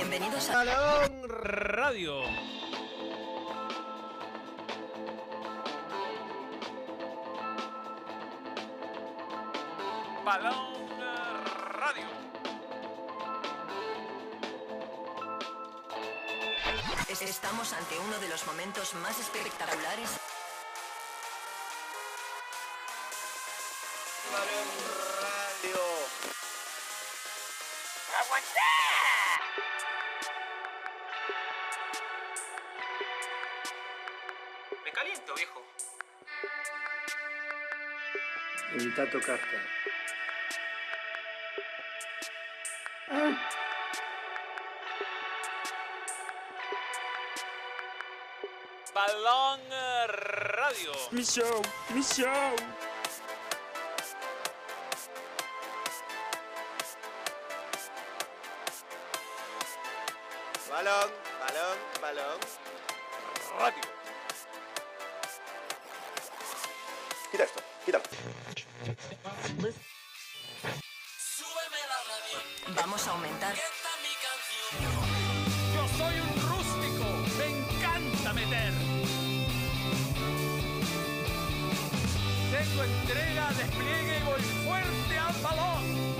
Bienvenidos a Balón Radio. Balón Radio. Estamos ante uno de los momentos más espectaculares. Balón Radio. ¡Aguanta! Me caliento, viejo. Evita tocarte. Balón Radio. Mi show, mi show. Balón Radio. Quita esto, quítalo. Vamos a aumentar. Yo soy un rústico, me encanta meter. Tengo entrega, despliegue y voy fuerte al balón.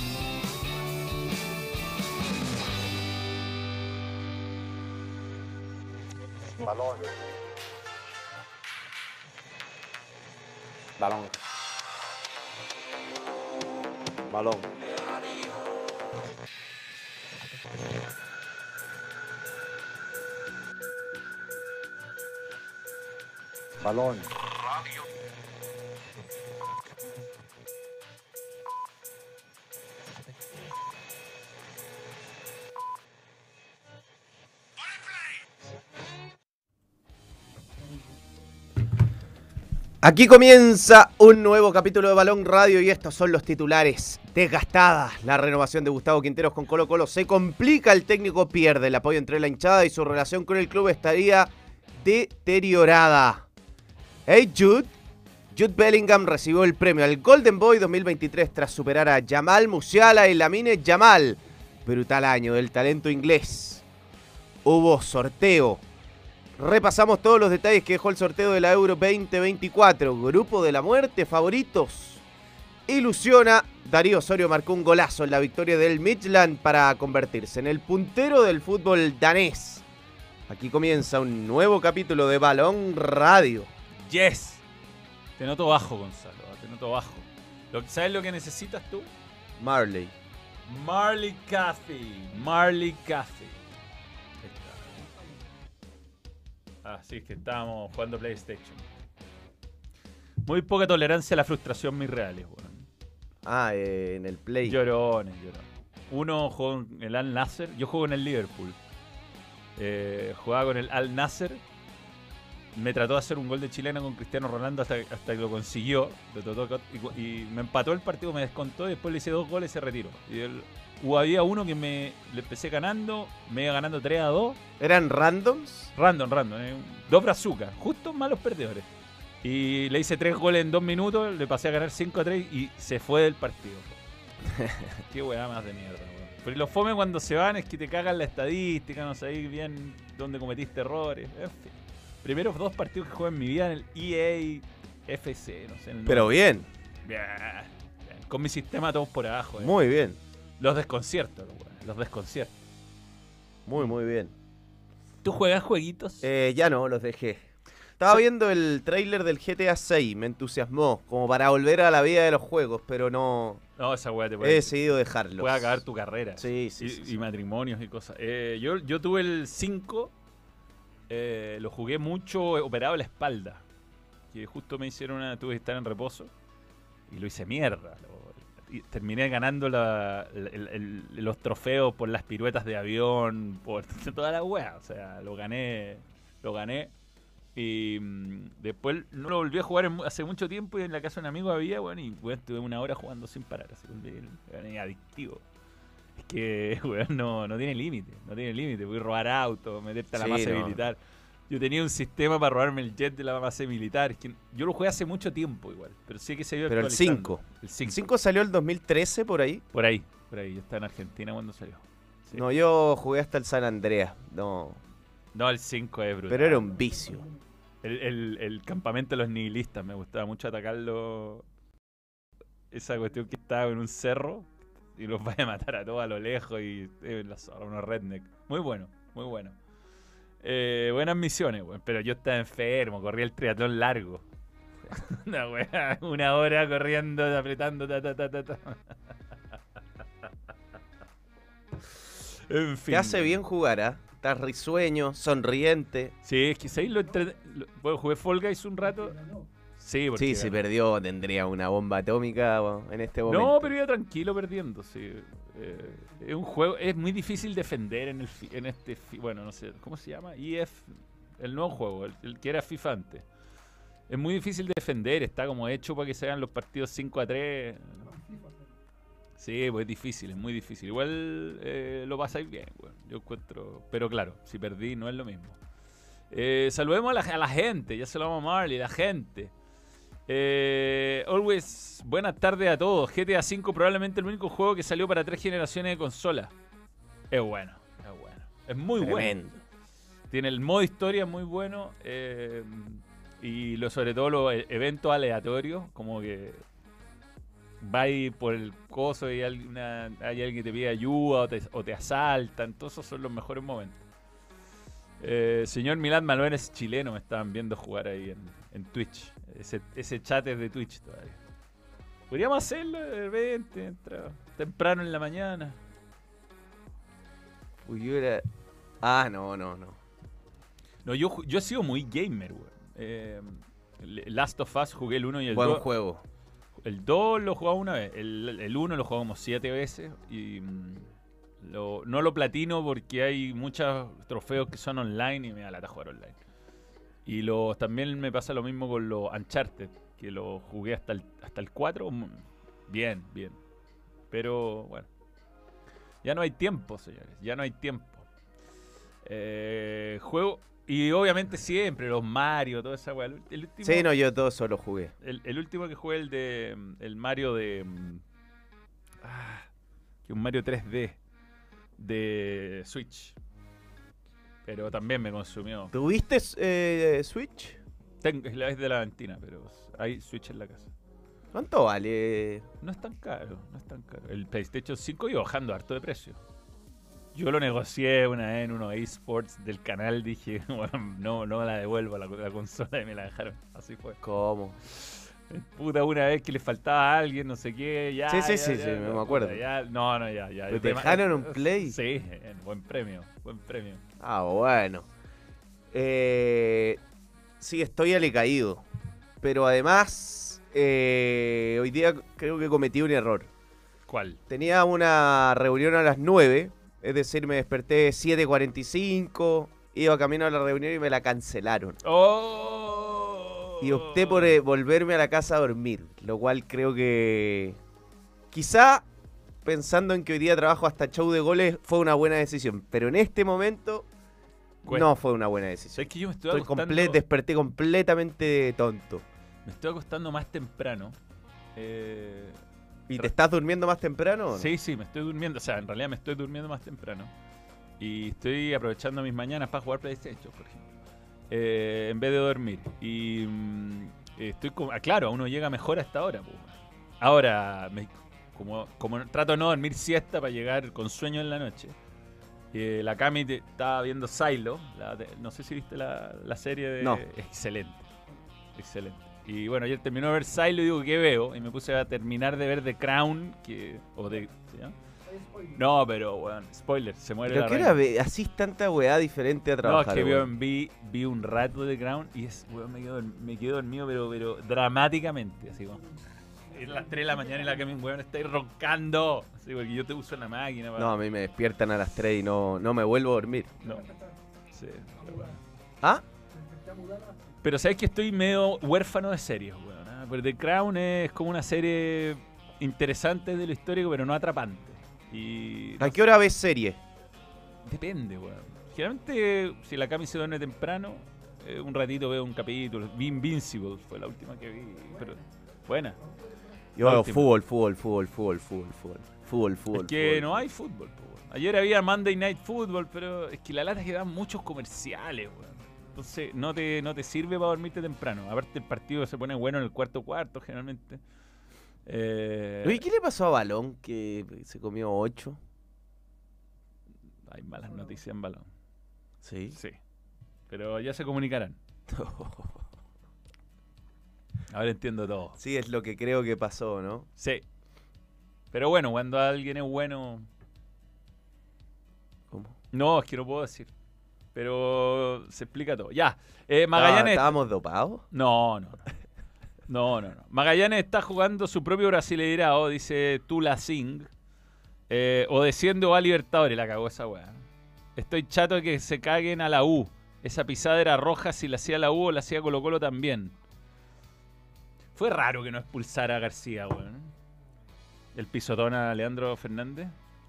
Balón. Balón. Balón. Balón. Aquí comienza un nuevo capítulo de Balón Radio y estos son los titulares. Desgastada la renovación de Gustavo Quinteros con Colo-Colo. Se complica, el técnico pierde el apoyo entre la hinchada y su relación con el club estaría deteriorada. Hey Jude. Jude Bellingham recibió el premio al Golden Boy 2023 tras superar a Jamal Musiala y Lamine Yamal. Brutal año del talento inglés. Hubo sorteo. Repasamos todos los detalles que dejó el sorteo de la Euro 2024. Grupo de la muerte, favoritos. Ilusiona. Darío Osorio marcó un golazo en la victoria del Midtjylland para convertirse en el puntero del fútbol danés. Aquí comienza un nuevo capítulo de Balón Radio. Yes. Te noto bajo, Gonzalo. Te noto bajo. ¿Sabes lo que necesitas tú? Marley. Marley Coffee. Marley Coffee. Así es que estábamos jugando PlayStation. Muy poca tolerancia a la frustración, mis reales, weón. En el Play. Llorones. Uno jugó en el Al Nasser, yo juego en el Liverpool. Jugaba con el Al Nasser. Me trató de hacer un gol de chilena con Cristiano Ronaldo hasta que lo consiguió. Y me empató el partido, me descontó. Y después le hice 2 goles y se retiró. Había uno que le empecé ganando, me iba ganando 3-2. ¿Eran randoms? Random. 2 brazucas, justo malos perdedores. Y le hice 3 goles en 2 minutos, le pasé a ganar 5-3 y se fue del partido. Qué weá más de mierda, weón. Pero lo fome cuando se van es que te cagan la estadística, no sabés bien dónde cometiste errores. En fin. Primeros 2 partidos que jugué en mi vida en el EA FC, no sé. Pero bien. Bien. Con mi sistema todos por abajo. Muy bien. Los desconciertos, los desconciertos. Muy bien. ¿Tú juegas jueguitos? Ya no, los dejé. Estaba viendo el tráiler del GTA 6, me entusiasmó, como para volver a la vida de los juegos, pero no... No, esa weá te He decidido dejarlos. puede acabar tu carrera. Sí. Y matrimonios y cosas. Yo tuve el 5, lo jugué mucho operado la espalda. Que justo me hicieron tuve que estar en reposo. Y lo hice mierda. Y terminé ganando los trofeos por las piruetas de avión, por toda la weá. O sea, lo gané. Y después no lo volví a jugar hace mucho tiempo y en la casa de un amigo había, bueno, y bueno, estuve 1 hora jugando sin parar. Así que adictivo. Es que, weón, no tiene límite. No tiene límite. Voy a robar autos, meterte a la base militar. Yo tenía un sistema para robarme el jet de la base militar. Es que yo lo jugué hace mucho tiempo igual, pero sí que se iba Pero actualizando. el 5 salió el 2013 por ahí. Por ahí. Yo estaba en Argentina cuando salió. Sí. No, yo jugué hasta el San Andreas. No, No, el 5 es brutal. pero era un vicio. El campamento de los nihilistas, me gustaba mucho atacarlo. Esa cuestión que estaba en un cerro y los vaya a matar a todos a lo lejos y unos redneck. Muy bueno, muy bueno. Buenas misiones, weón. Pero yo estaba enfermo, corría el triatlón largo. Una hora corriendo, apretando, En fin. Te hace bien jugar, ¿ah? Estás risueño, sonriente. Sí, es que ¿sabes? Bueno, jugué Fall Guys un rato. Sí, porque Sí, si perdió tendría una bomba atómica en este momento. no, pero iba tranquilo perdiendo, sí. Es un juego, es muy difícil defender bueno, no sé, ¿cómo se llama? EF, el nuevo juego, el que era FIFA antes. Es muy difícil de defender, está como hecho para que se hagan los partidos 5-3. Sí, pues es muy difícil. Igual lo pasáis bien, güey. Yo encuentro, pero claro, si perdí no es lo mismo. Saludemos a la gente, ya se lo vamos a Marley, la gente. Always, buenas tardes a todos. GTA V probablemente el único juego que salió para 3 generaciones de consola. Es bueno, es bueno. Es muy Tremendo. bueno. Tiene el modo historia muy bueno. Y sobre todo los eventos aleatorios, como que vais por el coso y hay alguien que te pide ayuda o te asaltan. Todos esos son los mejores momentos. Señor Milán Malón es chileno, me estaban viendo jugar ahí en Twitch. Ese chat es de Twitch todavía. Podríamos hacerlo de repente, temprano en la mañana. Uy, yo era... Ah, no. No, yo he sido muy gamer, güey. Last of Us jugué el 1 y el 2. Buen juego. El 2 lo jugaba una vez, el 1 lo jugaba como 7 veces y no lo platino porque hay muchos trofeos que son online y me da lata jugar online. Y también me pasa lo mismo con los Uncharted, que lo jugué hasta el 4, bien. Pero bueno, ya no hay tiempo, señores, ya no hay tiempo. Juego, y obviamente siempre, los Mario, toda esa weá. Sí, no, yo todo solo jugué. El último que jugué, el Mario de... que un Mario 3D de Switch. Pero también me consumió. ¿Tuviste Switch? Es de la Ventina, pero hay Switch en la casa. ¿Cuánto vale? No es tan caro. El PlayStation 5 iba bajando harto de precio. Yo lo negocié una vez en unos eSports del canal. Dije, bueno, no la devuelvo a la consola y me la dejaron. Así fue. ¿Cómo? Puta, una vez que le faltaba a alguien, no sé qué, ya. Sí, me acuerdo. Ya. ¿Te dejaron un Play? Sí, buen premio. Ah, bueno. Sí, estoy alicaído. Pero además, hoy día creo que cometí un error. ¿Cuál? Tenía una reunión a las 9, es decir, me desperté 7:45, iba camino a la reunión y me la cancelaron. ¡Oh! Y opté por volverme a la casa a dormir, lo cual creo que quizá, pensando en que hoy día trabajo hasta show de goles, fue una buena decisión. Pero en este momento no fue una buena decisión. ¿Sabes que yo me estoy acostando? Desperté completamente tonto. Me estoy acostando más temprano. ¿Y te estás durmiendo más temprano? ¿O no? Sí, me estoy durmiendo. O sea, en realidad me estoy durmiendo más temprano. Y estoy aprovechando mis mañanas para jugar PlayStation, por ejemplo. En vez de dormir. Y estoy claro, uno llega mejor a esta hora. Pues. Ahora, como trato de no dormir siesta para llegar con sueño en la noche. La Cami estaba viendo Silo. No sé si viste la serie de... No. Excelente. Y bueno, ayer terminó de ver Silo y digo, ¿qué veo? Y me puse a terminar de ver The Crown. ¿Sí? No, pero bueno, spoiler, se muere ¿Pero la qué reina. hora así tanta weá diferente a trabajar? No, es que weón? vi un rato de The Crown y me quedo dormido, pero dramáticamente. Así como... Es las 3 de la mañana y la que mi weón está ahí roncando. Así, porque yo te uso en la máquina. No, a mí me despiertan a las 3 y no me vuelvo a dormir. No. Sí, pero bueno. ¿Ah? Pero sabes que estoy medio huérfano de series, weón. Porque The Crown es como una serie interesante de lo histórico, pero no atrapante. Y ¿A qué hora ves serie? depende, weón. Generalmente, si la Cami se duerme temprano, un ratito veo un capítulo. Vi Invincible, fue la última que vi. Pero buena. Yo, última. fútbol. Es que no hay fútbol, po, weón. Ayer había Monday Night Football, pero es que la lata es que dan muchos comerciales, weón. Entonces no te sirve para dormirte temprano. Aparte el partido se pone bueno en el cuarto generalmente. Oye, ¿qué le pasó a Balón que se comió 8? Hay malas noticias en balón. Sí. Sí. Pero ya se comunicarán. Ahora entiendo todo. Sí, es lo que creo que pasó, ¿no? Sí. Pero bueno, cuando alguien es bueno... ¿Cómo? No, es que no puedo decir. Pero se explica todo. Ya. Magallanes... ¿Estábamos dopados? No. Magallanes está jugando su propio Brasileirao, dice Tula Singh. O desciende o va a Libertadores, la cagó esa weá. Estoy chato de que se caguen a la U. Esa pisada era roja si la hacía la U o la hacía Colo Colo también. Fue raro que no expulsara a García, weón. El pisotón a Leandro Fernández.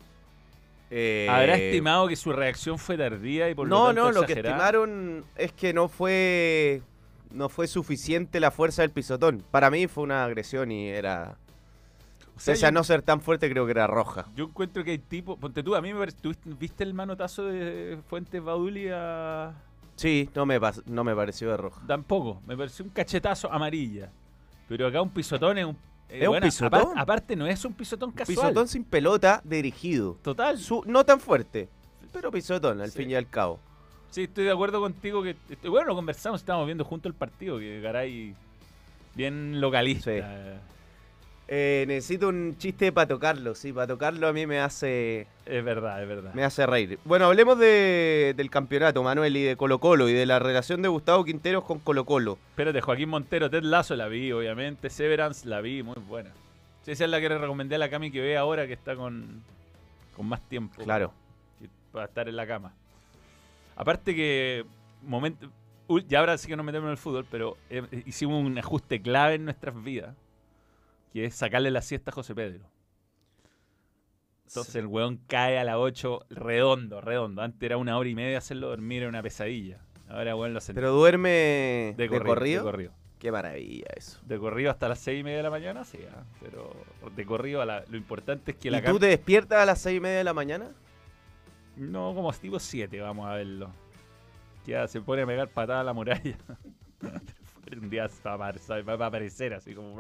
¿Habrá estimado que su reacción fue tardía y por lo tanto lo que exagerada? estimaron es que no fue suficiente la fuerza del pisotón. Para mí fue una agresión y era... O sea, Pese a no ser tan fuerte, creo que era roja. Yo encuentro que hay tipos... Ponte tú, a mí me parece... ¿Viste el manotazo de Fuentes Baduli a...? Sí, no me pareció de roja. Tampoco, me pareció un cachetazo amarilla. Pero acá un pisotón es un... ¿Es un pisotón? Aparte no es un pisotón casual. Pisotón sin pelota, dirigido. Total. No tan fuerte, pero pisotón, al Sí. fin y al cabo. Sí, estoy de acuerdo contigo que... Bueno, lo conversamos, estábamos viendo junto el partido, que Garay bien localista. Sí. Necesito un chiste para tocarlo, sí, para tocarlo a mí me hace Es verdad. reír. Bueno, hablemos del campeonato, Manuel, y de Colo Colo, y de la relación de Gustavo Quinteros con Colo Colo. Espérate, Joaquín Montero, Ted Lasso la vi, obviamente. Severance la vi, muy buena. Sí, esa es la que le recomendé a la Cami que ve ahora, que está con más tiempo. Claro. Para estar en la cama. Aparte que... ya ahora sí que no metemos en el fútbol, pero hicimos un ajuste clave en nuestras vidas, que es sacarle la siesta a José Pedro. Entonces el weón cae a las 8 redondo. Antes era 1 hora y media hacerlo dormir, era una pesadilla. Ahora weón lo sentí. ¿Pero duerme de corrido? De corrido. Qué maravilla eso. De corrido hasta las 6:30 de la mañana, sí. Pero de corrido lo importante es que ¿Y la tú te despiertas a las 6:30 de la mañana? No, como tipo 7, vamos a verlo. Ya se pone a pegar patada a la muralla. Un día va a aparecer así como...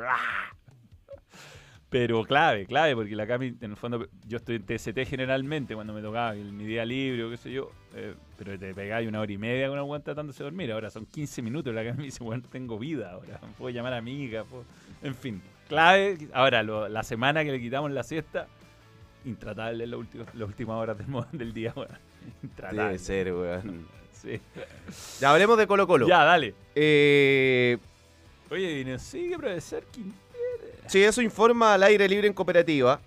Pero clave, porque la Cami, en el fondo, yo estoy en TST generalmente cuando me tocaba mi día libre o qué sé yo, pero te pegáis 1 hora y media con una weón tratándose de dormir. Ahora son 15 minutos, la Cami me dice, bueno, tengo vida ahora, puedo llamar a amiga, en fin, clave. Ahora, la semana que le quitamos la siesta, intratable en las últimas horas del día, weón. Intratable. Debe ser, weón. Sí. Ya hablemos de Colo Colo. Ya, dale. Eh, Oye, ¿no sigue profesor Quintero? Sí, eso informa al Aire Libre en Cooperativa,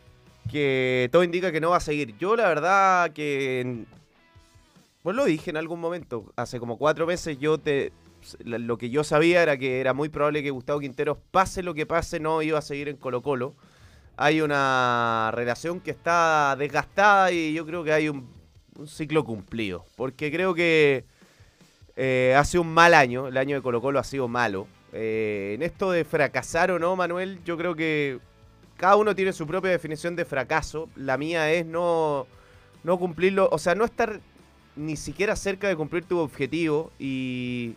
que todo indica que no va a seguir. Yo la verdad que, pues lo dije en algún momento, hace como 4 meses lo que yo sabía era que era muy probable que Gustavo Quinteros, pase lo que pase, no iba a seguir en Colo Colo. Hay una relación que está desgastada y yo creo que hay un ciclo cumplido, porque creo que hace un mal año, el año de Colo Colo ha sido malo. En esto de fracasar o no, Manuel, yo creo que cada uno tiene su propia definición de fracaso. La mía es no cumplirlo, o sea, no estar ni siquiera cerca de cumplir tu objetivo y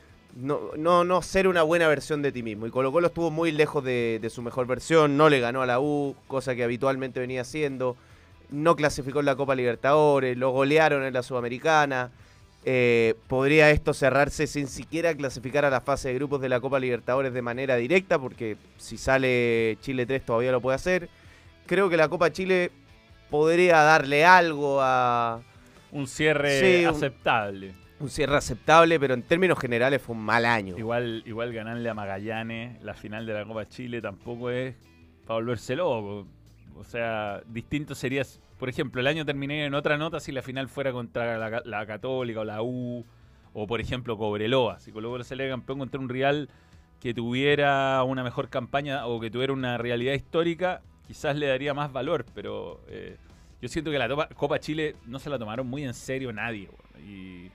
no ser una buena versión de ti mismo. Y Colo Colo estuvo muy lejos de su mejor versión, no le ganó a la U, cosa que habitualmente venía haciendo, no clasificó en la Copa Libertadores, lo golearon en la Sudamericana. Podría esto cerrarse sin siquiera clasificar a la fase de grupos de la Copa Libertadores de manera directa, porque si sale Chile 3 todavía lo puede hacer. Creo que la Copa Chile podría darle algo a... Un cierre Sí, aceptable. un cierre aceptable, pero en términos generales fue un mal año. Igual ganarle a Magallanes la final de la Copa Chile tampoco es para volverse loco. O sea, distinto sería, por ejemplo, el año terminé en otra nota si la final fuera contra la Católica o la U, o por ejemplo Cobreloa. Si Colo Colo sale campeón contra un rival que tuviera una mejor campaña o que tuviera una realidad histórica, quizás le daría más valor, pero yo siento que la Copa Chile no se la tomaron muy en serio nadie. Bueno,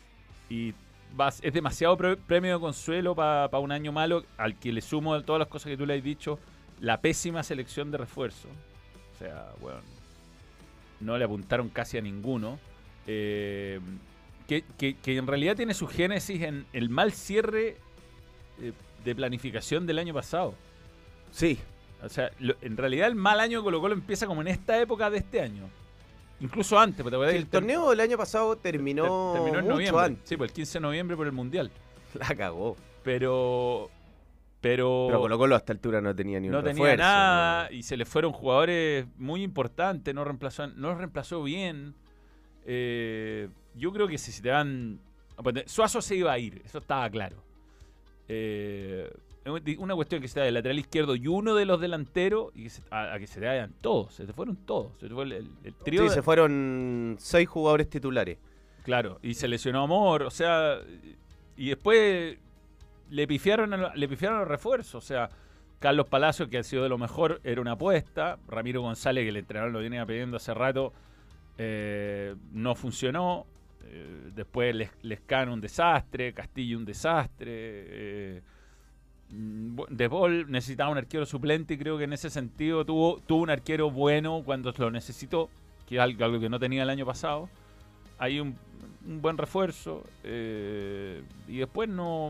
es demasiado premio de consuelo para un año malo, al que le sumo todas las cosas que tú le has dicho. la pésima selección de refuerzo. O sea, bueno, no le apuntaron casi a ninguno. Que en realidad tiene su génesis en el mal cierre de planificación del año pasado. Sí. O sea, en realidad el mal año de Colo-Colo empieza como en esta época de este año. Incluso antes. Porque El torneo del año pasado terminó en mucho noviembre. antes. Sí, pues el 15 de noviembre por el Mundial. La cagó. Pero Colo-Colo a esta altura no tenía ni un no refuerzo. tenía nada, ¿no? y se le fueron jugadores muy importantes, no los reemplazó bien. Yo creo que si te van... Suazo se iba a ir, eso estaba claro. Una cuestión que se da del lateral izquierdo y uno de los delanteros, y a que se te vayan todos, se te fueron todos. Se te fue el trío. Sí, se fueron 6 jugadores titulares. Claro, y se lesionó Amor, o sea, y después le pifiaron los refuerzos, o sea, Carlos Palacio, que ha sido de lo mejor, era una apuesta. Ramiro González, que el entrenador lo venía pidiendo hace rato, no funcionó. Después Lescano un desastre, Castillo un desastre. De Paul necesitaba un arquero suplente y creo que en ese sentido tuvo un arquero bueno cuando lo necesitó, que es algo que no tenía el año pasado. Hay un buen refuerzo, y después no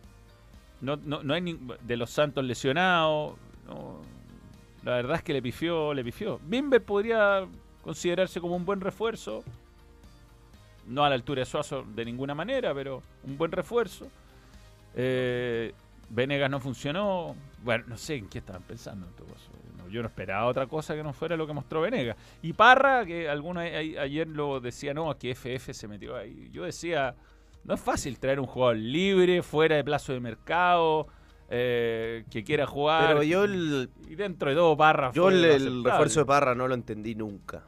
hay de los Santos lesionados. La verdad es que le pifió. Bimber podría considerarse como un buen refuerzo, no a la altura de Suazo de ninguna manera, pero un buen refuerzo. Venegas no funcionó. Bueno, no sé en qué estaban pensando en todo eso. Yo no esperaba otra cosa que no fuera lo que mostró Venegas. Y Parra, que algunos ayer lo decían, no, que FF se metió ahí. Yo decía, no es fácil traer un jugador libre, fuera de plazo de mercado, que quiera jugar. Pero y dentro de todo, Parra yo fue el aceptable. refuerzo de Parra no lo entendí nunca.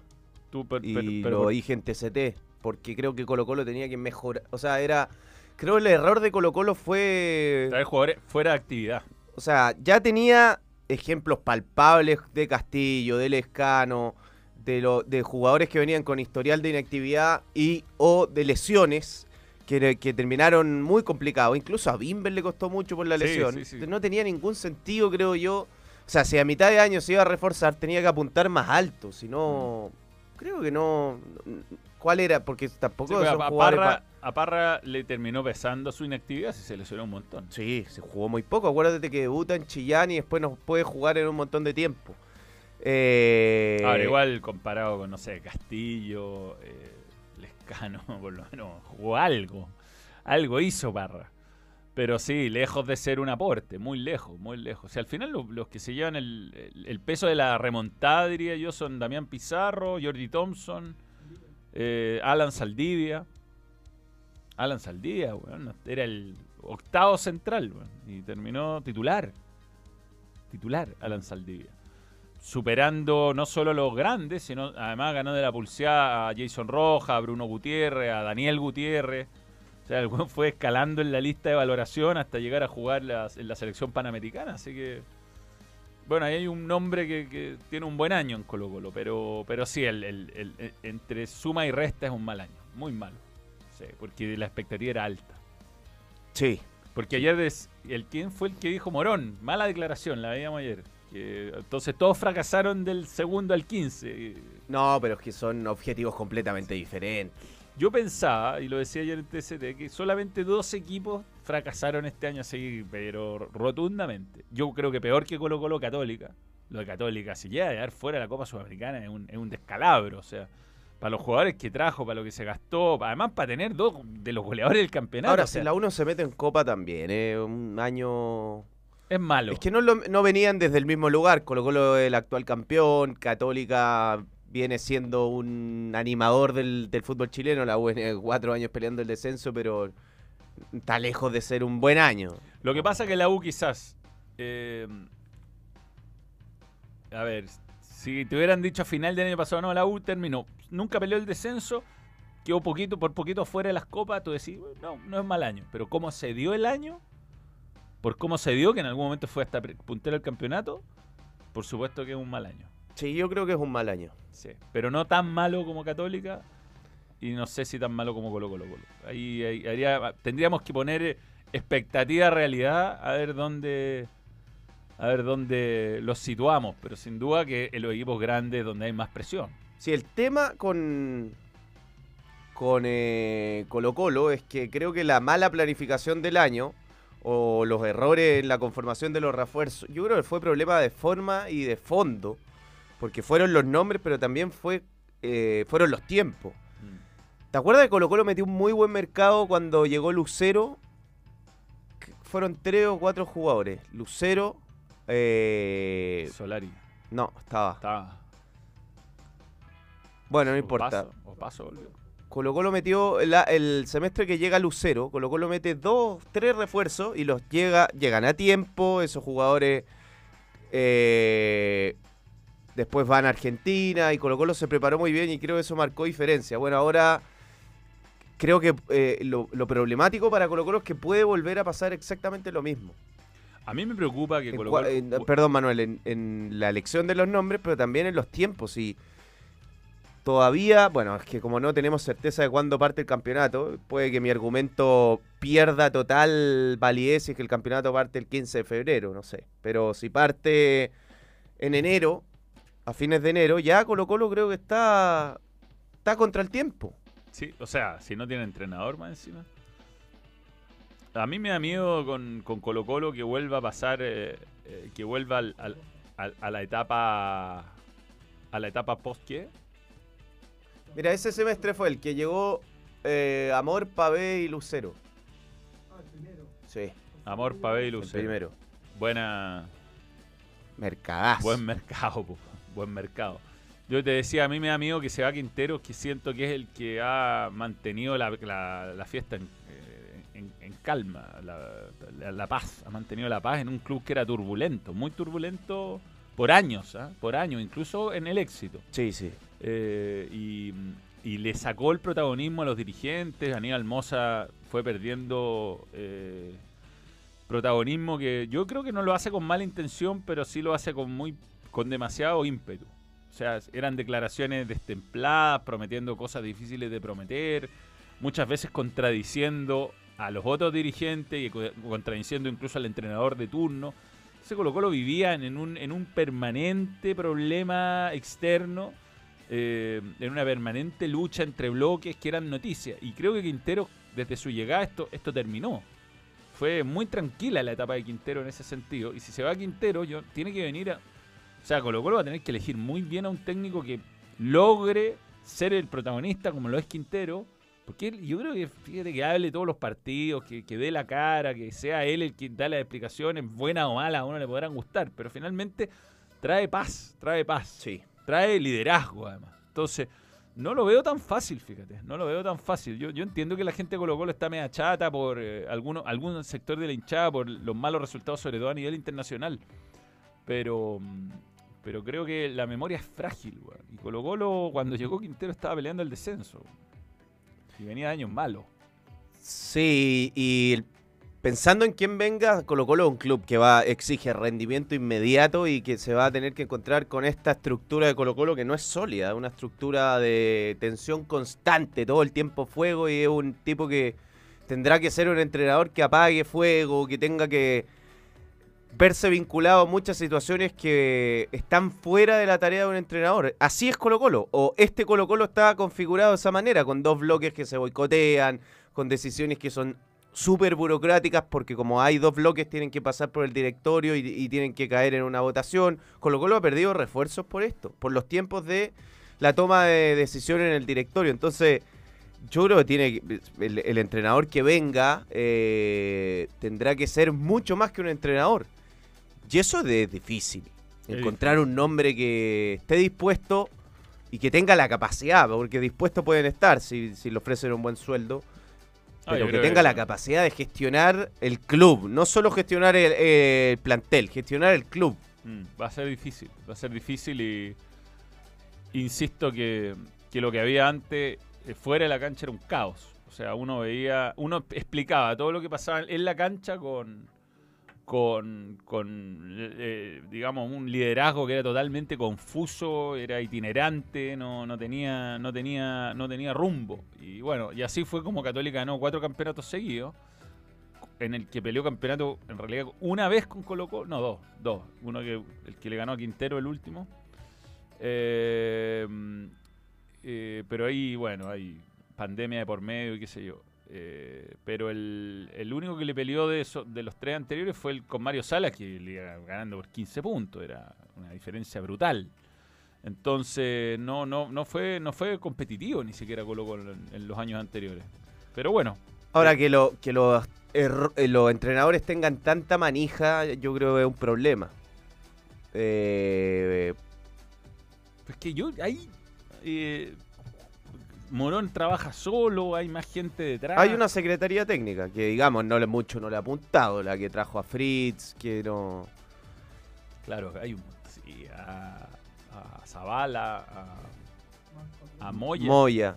Lo dije en TCT, porque creo que Colo-Colo tenía que mejorar. O sea, creo el error de Colo-Colo fue... traer jugadores fuera de actividad. O sea, ya tenía ejemplos palpables de Castillo, de Lescano, de jugadores que venían con historial de inactividad o de lesiones que terminaron muy complicados. Incluso a Bimber le costó mucho por la lesión. Sí. No tenía ningún sentido, creo yo. O sea, si a mitad de año se iba a reforzar, tenía que apuntar más alto. Si no, creo que no... ¿Cuál era? Porque tampoco son jugadores... A Parra le terminó pesando su inactividad, se lesionó un montón. Sí, se jugó muy poco. Acuérdate que debuta en Chillán y después no puede jugar en un montón de tiempo. Ahora, igual comparado con, no sé, Castillo, Lescano, por lo menos jugó algo. Algo hizo Parra. Pero sí, lejos de ser un aporte, muy lejos, muy lejos. O sea, al final los que se llevan el peso de la remontada, diría yo, son Damián Pizarro, Jordi Thompson, Alan Saldivia. Alan Saldivia, bueno, era el octavo central, bueno, y terminó titular. Alan Saldivia. Superando no solo a los grandes, sino además ganó de la pulseada a Jason Rojas, a Bruno Gutiérrez, a Daniel Gutiérrez. O sea, el weón fue escalando en la lista de valoración hasta llegar a jugar en la selección panamericana. Así que, bueno, ahí hay un nombre que tiene un buen año en Colo-Colo, pero sí, entre suma y resta es un mal año, muy malo. Sí, porque la expectativa era alta. Sí. Porque ayer, ¿quién fue el que dijo Morón? Mala declaración, la veíamos ayer. Entonces todos fracasaron del segundo al 15. No, pero es que son objetivos completamente diferentes. Yo pensaba, y lo decía ayer en TCT, que solamente 2 equipos fracasaron este año así, pero rotundamente. Yo creo que peor que Colo-Colo Católica. Lo de Católica, si llega a quedar fuera de la Copa Sudamericana, es un descalabro. O sea, para los jugadores que trajo, para lo que se gastó, además para tener 2 de los goleadores del campeonato. Ahora, o sea, si la 1 se mete en Copa también, un año... es malo. Es que no venían desde el mismo lugar. Colo-Colo el actual campeón, Católica viene siendo un animador del fútbol chileno. La U tiene 4 años peleando el descenso, pero está lejos de ser un buen año. Lo que pasa es que la U quizás... a ver, si te hubieran dicho a final del año pasado, no, la U terminó, nunca peleó el descenso, quedó por poquito fuera de las copas, tú decís, no es mal año. Pero cómo se dio el año, por cómo se dio, que en algún momento fue hasta puntero del campeonato, por supuesto que es un mal año. Sí, yo creo que es un mal año. Sí, pero no tan malo como Católica y no sé si tan malo como Colo-Colo. Ahí tendríamos que poner expectativa realidad a ver a ver dónde los situamos, pero sin duda que en los equipos grandes donde hay más presión. Sí, el tema con Colo-Colo es que creo que la mala planificación del año o los errores en la conformación de los refuerzos, yo creo que fue problema de forma y de fondo, porque fueron los nombres, pero también fueron los tiempos. ¿Te acuerdas que Colo-Colo metió un muy buen mercado cuando llegó Lucero? Fueron 3 o 4 jugadores. Lucero, Solari. no, estaba. Estaba. Bueno, no importa. Paso volvió. Colo-Colo metió el semestre que llega Lucero. Colo-Colo mete 2, 3 refuerzos y llegan a tiempo. Esos jugadores después van a Argentina y Colo-Colo se preparó muy bien y creo que eso marcó diferencia. Bueno, ahora creo que lo problemático para Colo-Colo es que puede volver a pasar exactamente lo mismo. A mí me preocupa que Colo-Colo... Perdón, Manuel, en la elección de los nombres, pero también en los tiempos. Y todavía, bueno, es que como no tenemos certeza de cuándo parte el campeonato, puede que mi argumento pierda total validez si es que el campeonato parte el 15 de febrero, no sé. Pero si parte en enero, a fines de enero, ya Colo-Colo creo que está contra el tiempo. Sí, o sea, si no tiene entrenador más encima. A mí me da miedo con Colo-Colo que vuelva a pasar, que vuelva a la etapa post-¿qué? Mira, ese semestre fue el que llegó Amor, Pavé y Lucero. Ah, el primero. Sí, Amor, Pavé y el Lucero. primero. Buen Mercadazo. mercado, po. Buen mercado. Yo te decía, a mí me da miedo que se va Quinteros, que siento que es el que ha mantenido la fiesta en calma, la paz. Ha mantenido la paz en un club que era turbulento, muy turbulento por años, por años, incluso en el éxito. Sí, sí. Y le sacó el protagonismo a los dirigentes. Aníbal Mosa fue perdiendo protagonismo, que yo creo que no lo hace con mala intención, pero sí lo hace con demasiado ímpetu. O sea, eran declaraciones destempladas, prometiendo cosas difíciles de prometer, muchas veces contradiciendo a los otros dirigentes y contradiciendo incluso al entrenador de turno. Ese Colo-Colo vivía en un permanente problema externo, en una permanente lucha entre bloques que eran noticias. Y creo que Quintero, desde su llegada, esto terminó. Fue muy tranquila la etapa de Quintero en ese sentido. Y si se va a Quintero, tiene que venir o sea, Colo-Colo va a tener que elegir muy bien a un técnico que logre ser el protagonista como lo es Quintero. Porque yo creo que, fíjate, que hable todos los partidos, que dé la cara, que sea él el que da las explicaciones, buenas o malas, a uno le podrán gustar. Pero finalmente trae paz. Sí. Trae liderazgo, además. Entonces, no lo veo tan fácil, fíjate. No lo veo tan fácil. Yo entiendo que la gente de Colo-Colo está media chata por algún sector de la hinchada, por los malos resultados, sobre todo a nivel internacional. Pero creo que la memoria es frágil, güey. Y Colo-Colo, cuando llegó Quintero, estaba peleando el descenso. Y venía de años malos. Sí, y pensando en quién venga, Colo-Colo es un club que exige rendimiento inmediato y que se va a tener que encontrar con esta estructura de Colo-Colo que no es sólida, una estructura de tensión constante, todo el tiempo fuego, y es un tipo que tendrá que ser un entrenador que apague fuego, que tenga que verse vinculado a muchas situaciones que están fuera de la tarea de un entrenador. Así es Colo-Colo, o este Colo-Colo está configurado de esa manera, con 2 bloques que se boicotean, con decisiones que son súper burocráticas, porque como hay 2 bloques tienen que pasar por el directorio y tienen que caer en una votación. Colo-Colo ha perdido refuerzos por esto, por los tiempos de la toma de decisiones en el directorio. Entonces, yo creo que el entrenador que venga tendrá que ser mucho más que un entrenador. Y eso es difícil. Encontrar un nombre que esté dispuesto y que tenga la capacidad, porque dispuestos pueden estar si le ofrecen un buen sueldo, pero que tenga la capacidad de gestionar el club, no solo gestionar el plantel, gestionar el club. Va a ser difícil y insisto que lo que había antes fuera de la cancha era un caos. O sea, uno explicaba todo lo que pasaba en la cancha con digamos, un liderazgo que era totalmente confuso, era itinerante, no tenía rumbo. Y bueno, y así fue como Católica ganó 4 campeonatos seguidos, en el que peleó campeonato, en realidad, una vez con Colo-Colo. No, dos. Uno el que le ganó a Quintero, el último. Pero ahí, bueno, hay pandemia de por medio y qué sé yo. Pero el único que le peleó de los 3 anteriores fue el con Mario Salas, que le iba ganando por 15 puntos. Era una diferencia brutal. Entonces no fue competitivo ni siquiera Colo-Colo en los años anteriores. Pero bueno. Ahora que los entrenadores tengan tanta manija, yo creo que es un problema. Es que ahí Morón trabaja solo, hay más gente detrás. Hay una secretaría técnica que, digamos, no le ha apuntado, la que trajo a Fritz, que no... Claro, hay a Zavala, a Moya.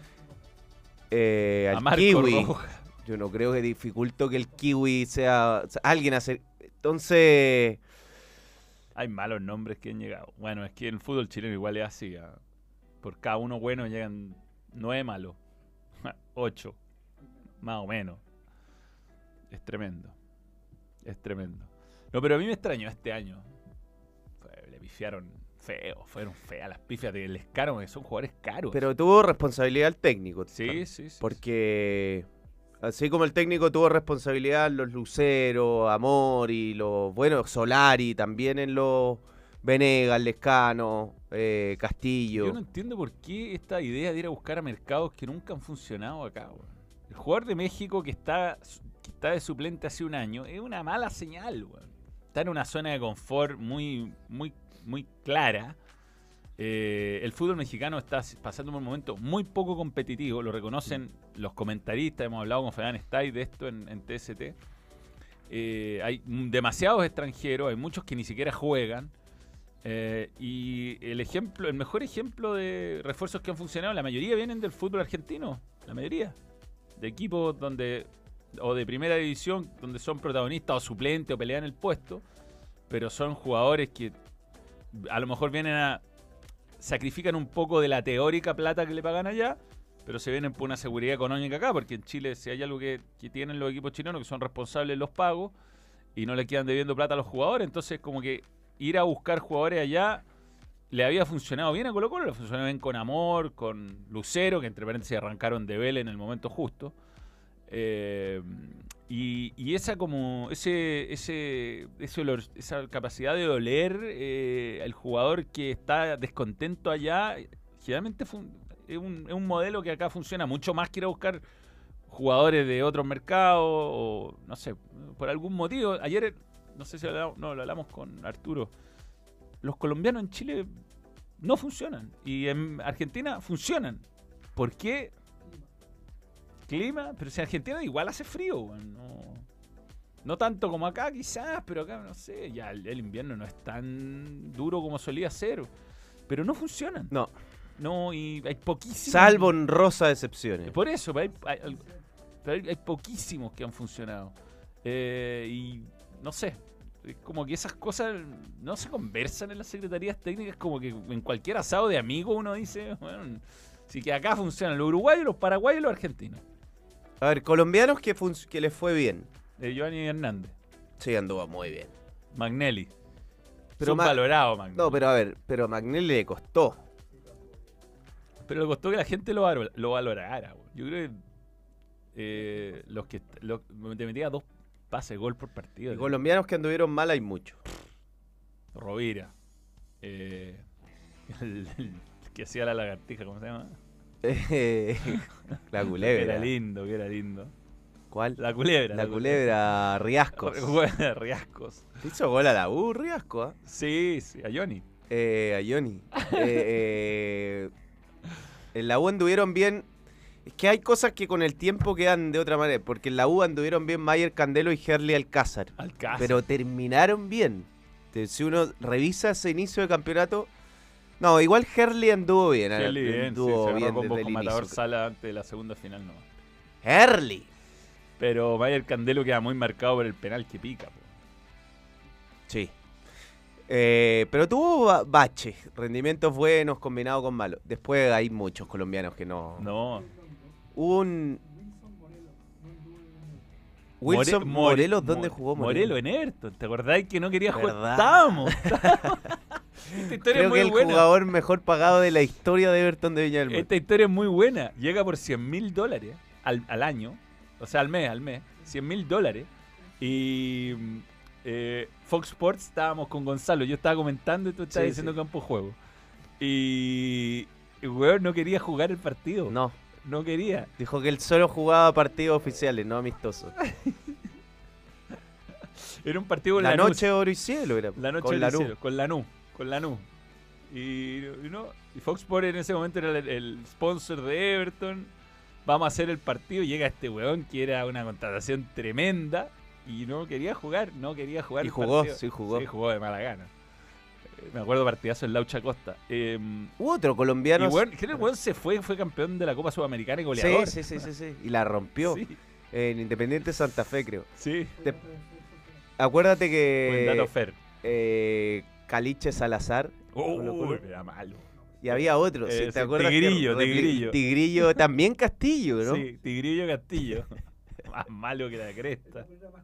Al Marco Kiwi. Rojas. Yo no creo que dificulto que el Kiwi sea alguien hacer. Entonces, hay malos nombres que han llegado. Bueno, es que en el fútbol chileno igual es así. Por cada uno bueno llegan 9 malos. 8. Más o menos. Es tremendo. No, pero a mí me extrañó este año. Le pifiaron feo. Fueron feas las pifias del Lescano, que son jugadores caros. pero tuvo responsabilidad el técnico. Sí. Porque así como el técnico tuvo responsabilidad en los Lucero, Amor y los buenos Solari, también en los Venegas, Lescano, Castillo. Yo no entiendo por qué esta idea de ir a buscar a mercados que nunca han funcionado acá, weón. El jugador de México que está de suplente hace un año es una mala señal, weón. Está en una zona de confort muy clara. El fútbol mexicano está pasando por un momento muy poco competitivo, lo reconocen los comentaristas, hemos hablado con Fedán Stay de esto en TST. Hay demasiados extranjeros, hay muchos que ni siquiera juegan. Y el mejor ejemplo de refuerzos que han funcionado, la mayoría vienen del fútbol argentino, la mayoría. De equipos o de primera división, donde son protagonistas o suplentes o pelean el puesto, pero son jugadores que a lo mejor sacrifican un poco de la teórica plata que le pagan allá, pero se vienen por una seguridad económica acá, porque en Chile si hay algo que tienen los equipos chilenos, que son responsables de los pagos y no le quedan debiendo plata a los jugadores, entonces como que ir a buscar jugadores allá le había funcionado bien a Colo-Colo, le funcionó bien con Amor, con Lucero, que entre paréntesis arrancaron de Vélez en el momento justo. Y esa capacidad de oler el jugador que está descontento allá, generalmente es un modelo que acá funciona mucho más que ir a buscar jugadores de otros mercados o no sé, por algún motivo. Ayer, no sé si lo hablamos con Arturo, los colombianos en Chile no funcionan y en Argentina funcionan. ¿Por qué? Clima, pero si en Argentina igual hace frío, bueno, no tanto como acá quizás, pero acá no sé, ya el invierno no es tan duro como solía ser, pero no funcionan. No, y hay poquísimos. Salvo honrosas excepciones. Por eso, hay poquísimos que han funcionado. Y no sé, es como que esas cosas no se conversan en las secretarías técnicas, como que en cualquier asado de amigos uno dice, bueno, sí que acá funcionan los uruguayos, los paraguayos y los argentinos. A ver, colombianos que les fue bien. Giovanni Hernández. Sí, anduvo muy bien. Magnelli. Pero valorado Magnelli. No, pero a ver, a Magnelli le costó. Pero le costó que la gente lo valorara. Yo creo que te metía 2 pases de gol por partido. Y colombianos que anduvieron mal hay muchos. Rovira. El que hacía la lagartija, ¿cómo se llama? La culebra. Que era lindo. ¿Cuál? La culebra. La culebra Riascos. Riascos. ¿Hizo gol a la U, Riascos? Sí, a Johnny. A Johnny. En la U anduvieron bien. Es que hay cosas que con el tiempo quedan de otra manera. Porque en la U anduvieron bien Mayer Candelo y Herli Alcázar. Pero terminaron bien. Si uno revisa ese inicio de campeonato. No, igual Herli anduvo bien. Anduvo bien con Matador Sala antes de la segunda final, no. Herli. Pero Mayer Candelo queda muy marcado por el penal que pica. Po. Sí. Pero tuvo baches, rendimientos buenos combinados con malos. Después hay muchos colombianos que no. No. Wilson Morelos, ¿dónde jugó Morelos? Morelos en Everton. ¿Te acordás que no quería jugar? ¿Verdad? Estábamos. Esta historia Creo es muy que el buena. jugador mejor pagado de la historia de Everton de Viña del Mar. Esta historia es muy buena. Llega por $100.000 al año. O sea, al mes. $100.000. Y Fox Sports estábamos con Gonzalo. Yo estaba comentando y tú estabas Sí, diciendo sí. campo de juego. Y el weón no quería jugar el partido. No, No quería. dijo que él solo jugaba partidos oficiales, no amistosos. Era un partido con La Lanús. noche oro y cielo era. La noche con del Lanús. cielo, con Lanús. Y Fox Sports en ese momento era el sponsor de Everton. Vamos a hacer el partido. Llega este weón que era una contratación tremenda y no quería jugar. Y el jugó, partido. sí jugó. Sí, jugó de mala gana. Me acuerdo partidazo en Laucha Costa. Hubo otro colombiano. Y bueno, creo que el weón se fue campeón de la Copa Sudamericana y goleador. Sí. Y la rompió. Sí, En Independiente Santa Fe, creo. sí. Acuérdate Buen dato, que Fer. Caliche Salazar. Uy, era malo. Y había otro, ¿sí? Sí, ¿Te acuerdas? Tigrillo, que Tigrillo. Tigrillo, también Castillo, ¿no? Sí, Tigrillo Castillo. Más malo que la cresta.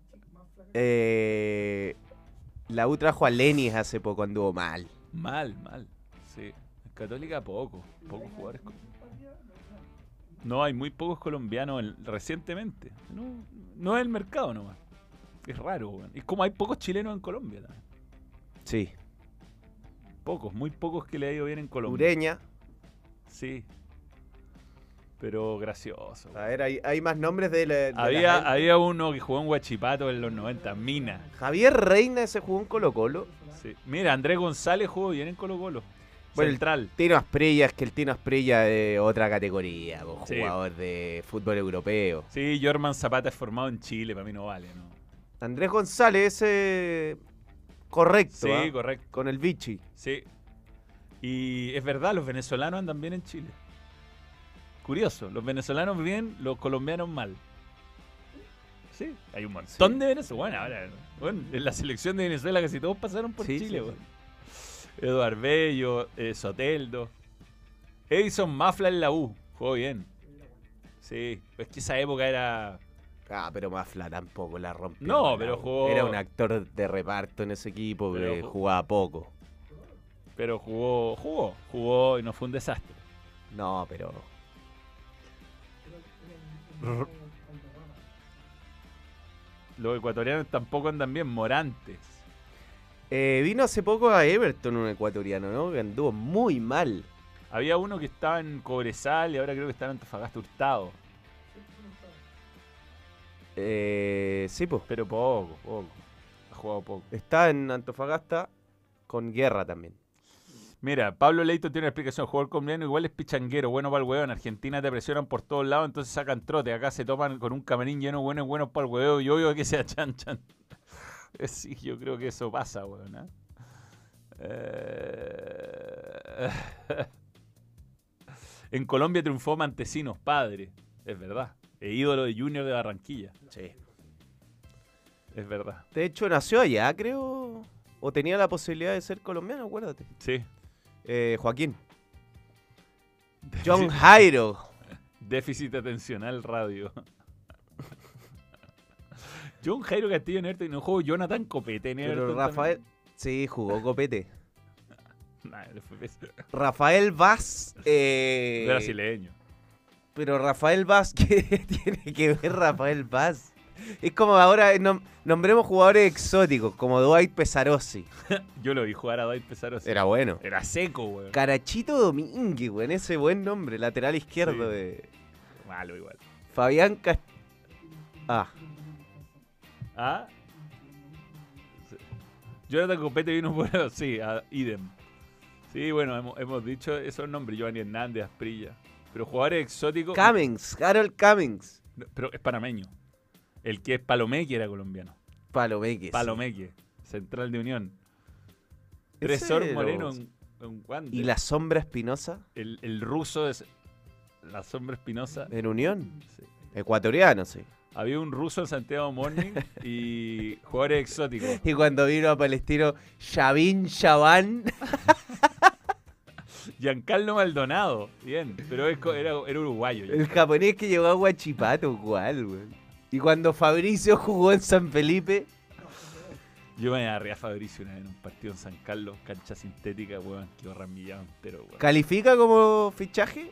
La U trajo a Lenis hace poco, anduvo mal. Mal. Sí. En Católica pocos jugadores. No, hay muy pocos colombianos recientemente. No es el mercado nomás. Es raro, weón. Y como hay pocos chilenos en Colombia también. Sí. Muy pocos que le ha ido bien en Colombia. Ureña. Sí. Pero gracioso. A ver, hay más nombres de Había uno que jugó en Huachipato en los 90, Mina. Javier Reina, ese jugó en Colo Colo. Sí. Mira, Andrés González jugó bien en Colo Colo. Bueno, Central. Tino Asprilla, es que el Tino Asprilla es otra categoría, Sí. jugador de fútbol europeo. Sí, Jorman Zapata es formado en Chile, para mí no vale, ¿no? Andrés González, correcto, Sí, ¿ah? correcto. Con el Vichy. Sí. Y es verdad, los venezolanos andan bien en Chile. Curioso, los venezolanos bien, los colombianos mal. Sí, hay un montón de venezolanos. Bueno, en la selección de Venezuela casi todos pasaron por Sí, Chile. sí, Bueno. Eduard Bello, Soteldo. Edison Mafla en la U, jugó bien. Sí, es que esa época era... Ah, pero Mafla tampoco la rompió. No, la pero U. jugó- Era un actor de reparto en ese equipo, Pero que ju- jugaba poco. Pero jugó y no fue un desastre. No, pero... Los ecuatorianos tampoco andan bien, Morantes. Vino hace poco a Everton un ecuatoriano, ¿no? Que anduvo muy mal. Había uno que estaba en Cobresal y ahora creo que está en Antofagasta Hurtado. Sí, pues. Pero poco. Ha jugado poco. Está en Antofagasta con Guerra también. Mira, Pablo Leito tiene una explicación. Jugador colombiano igual es pichanguero, bueno para el huevo. En Argentina te presionan por todos lados, entonces sacan trote. Acá se toman con un camarín lleno de buenos para el huevo y obvio que sea chan. Sí, yo creo que eso pasa, weón. En Colombia triunfó Montesinos, padre. Es verdad. Ídolo de Junior de Barranquilla. Sí. Es verdad. De hecho, nació allá, creo. O tenía la posibilidad de ser colombiano, acuérdate. Sí. Joaquín. John Jairo. Déficit atencional radio. John Jairo Castillo en Everton y no jugó Jonathan Copete en Everton. Pero Rafael. Sí, jugó Copete. Nah, le fue pésimo. Rafael Vaz. Brasileño. Pero Rafael Vaz, ¿qué tiene que ver Rafael Vaz? Es como ahora nombremos jugadores exóticos, como Dwight Pesarossi. Yo lo vi jugar a David Pesaroso. Era bueno. Era seco, weón. Carachito Domínguez, weón, ese buen nombre, lateral izquierdo Sí. de Malo igual. Fabián Ah, ¿Ah? Jonathan Copete vino por... Sí, a idem. Sí, bueno, hemos dicho esos nombres. Giovanni Hernández, Asprilla. Pero jugadores exóticos... Cummings, Harold Cummings. No, pero es panameño. El que es Palomeque era colombiano. Palomeque. sí. Palomeque, Central de Unión. Ese Tresor lo- Moreno en Wander. ¿Y la Sombra Espinosa? El ruso es... La Sombra Espinosa. En Unión. Sí. Ecuatoriano, sí. Había un ruso en Santiago Morning y jugadores exóticos. Y cuando vino a Palestino, Yavin Shaban. Giancarlo Maldonado, bien, pero era uruguayo. El japonés que llegó a Huachipato, ¿cuál, weón? Y cuando Fabricio jugó en San Felipe, Yo me agarré a Fabricio una vez en un partido en San Carlos, cancha sintética, weón, que barramillado entero, weón. ¿califica como fichaje?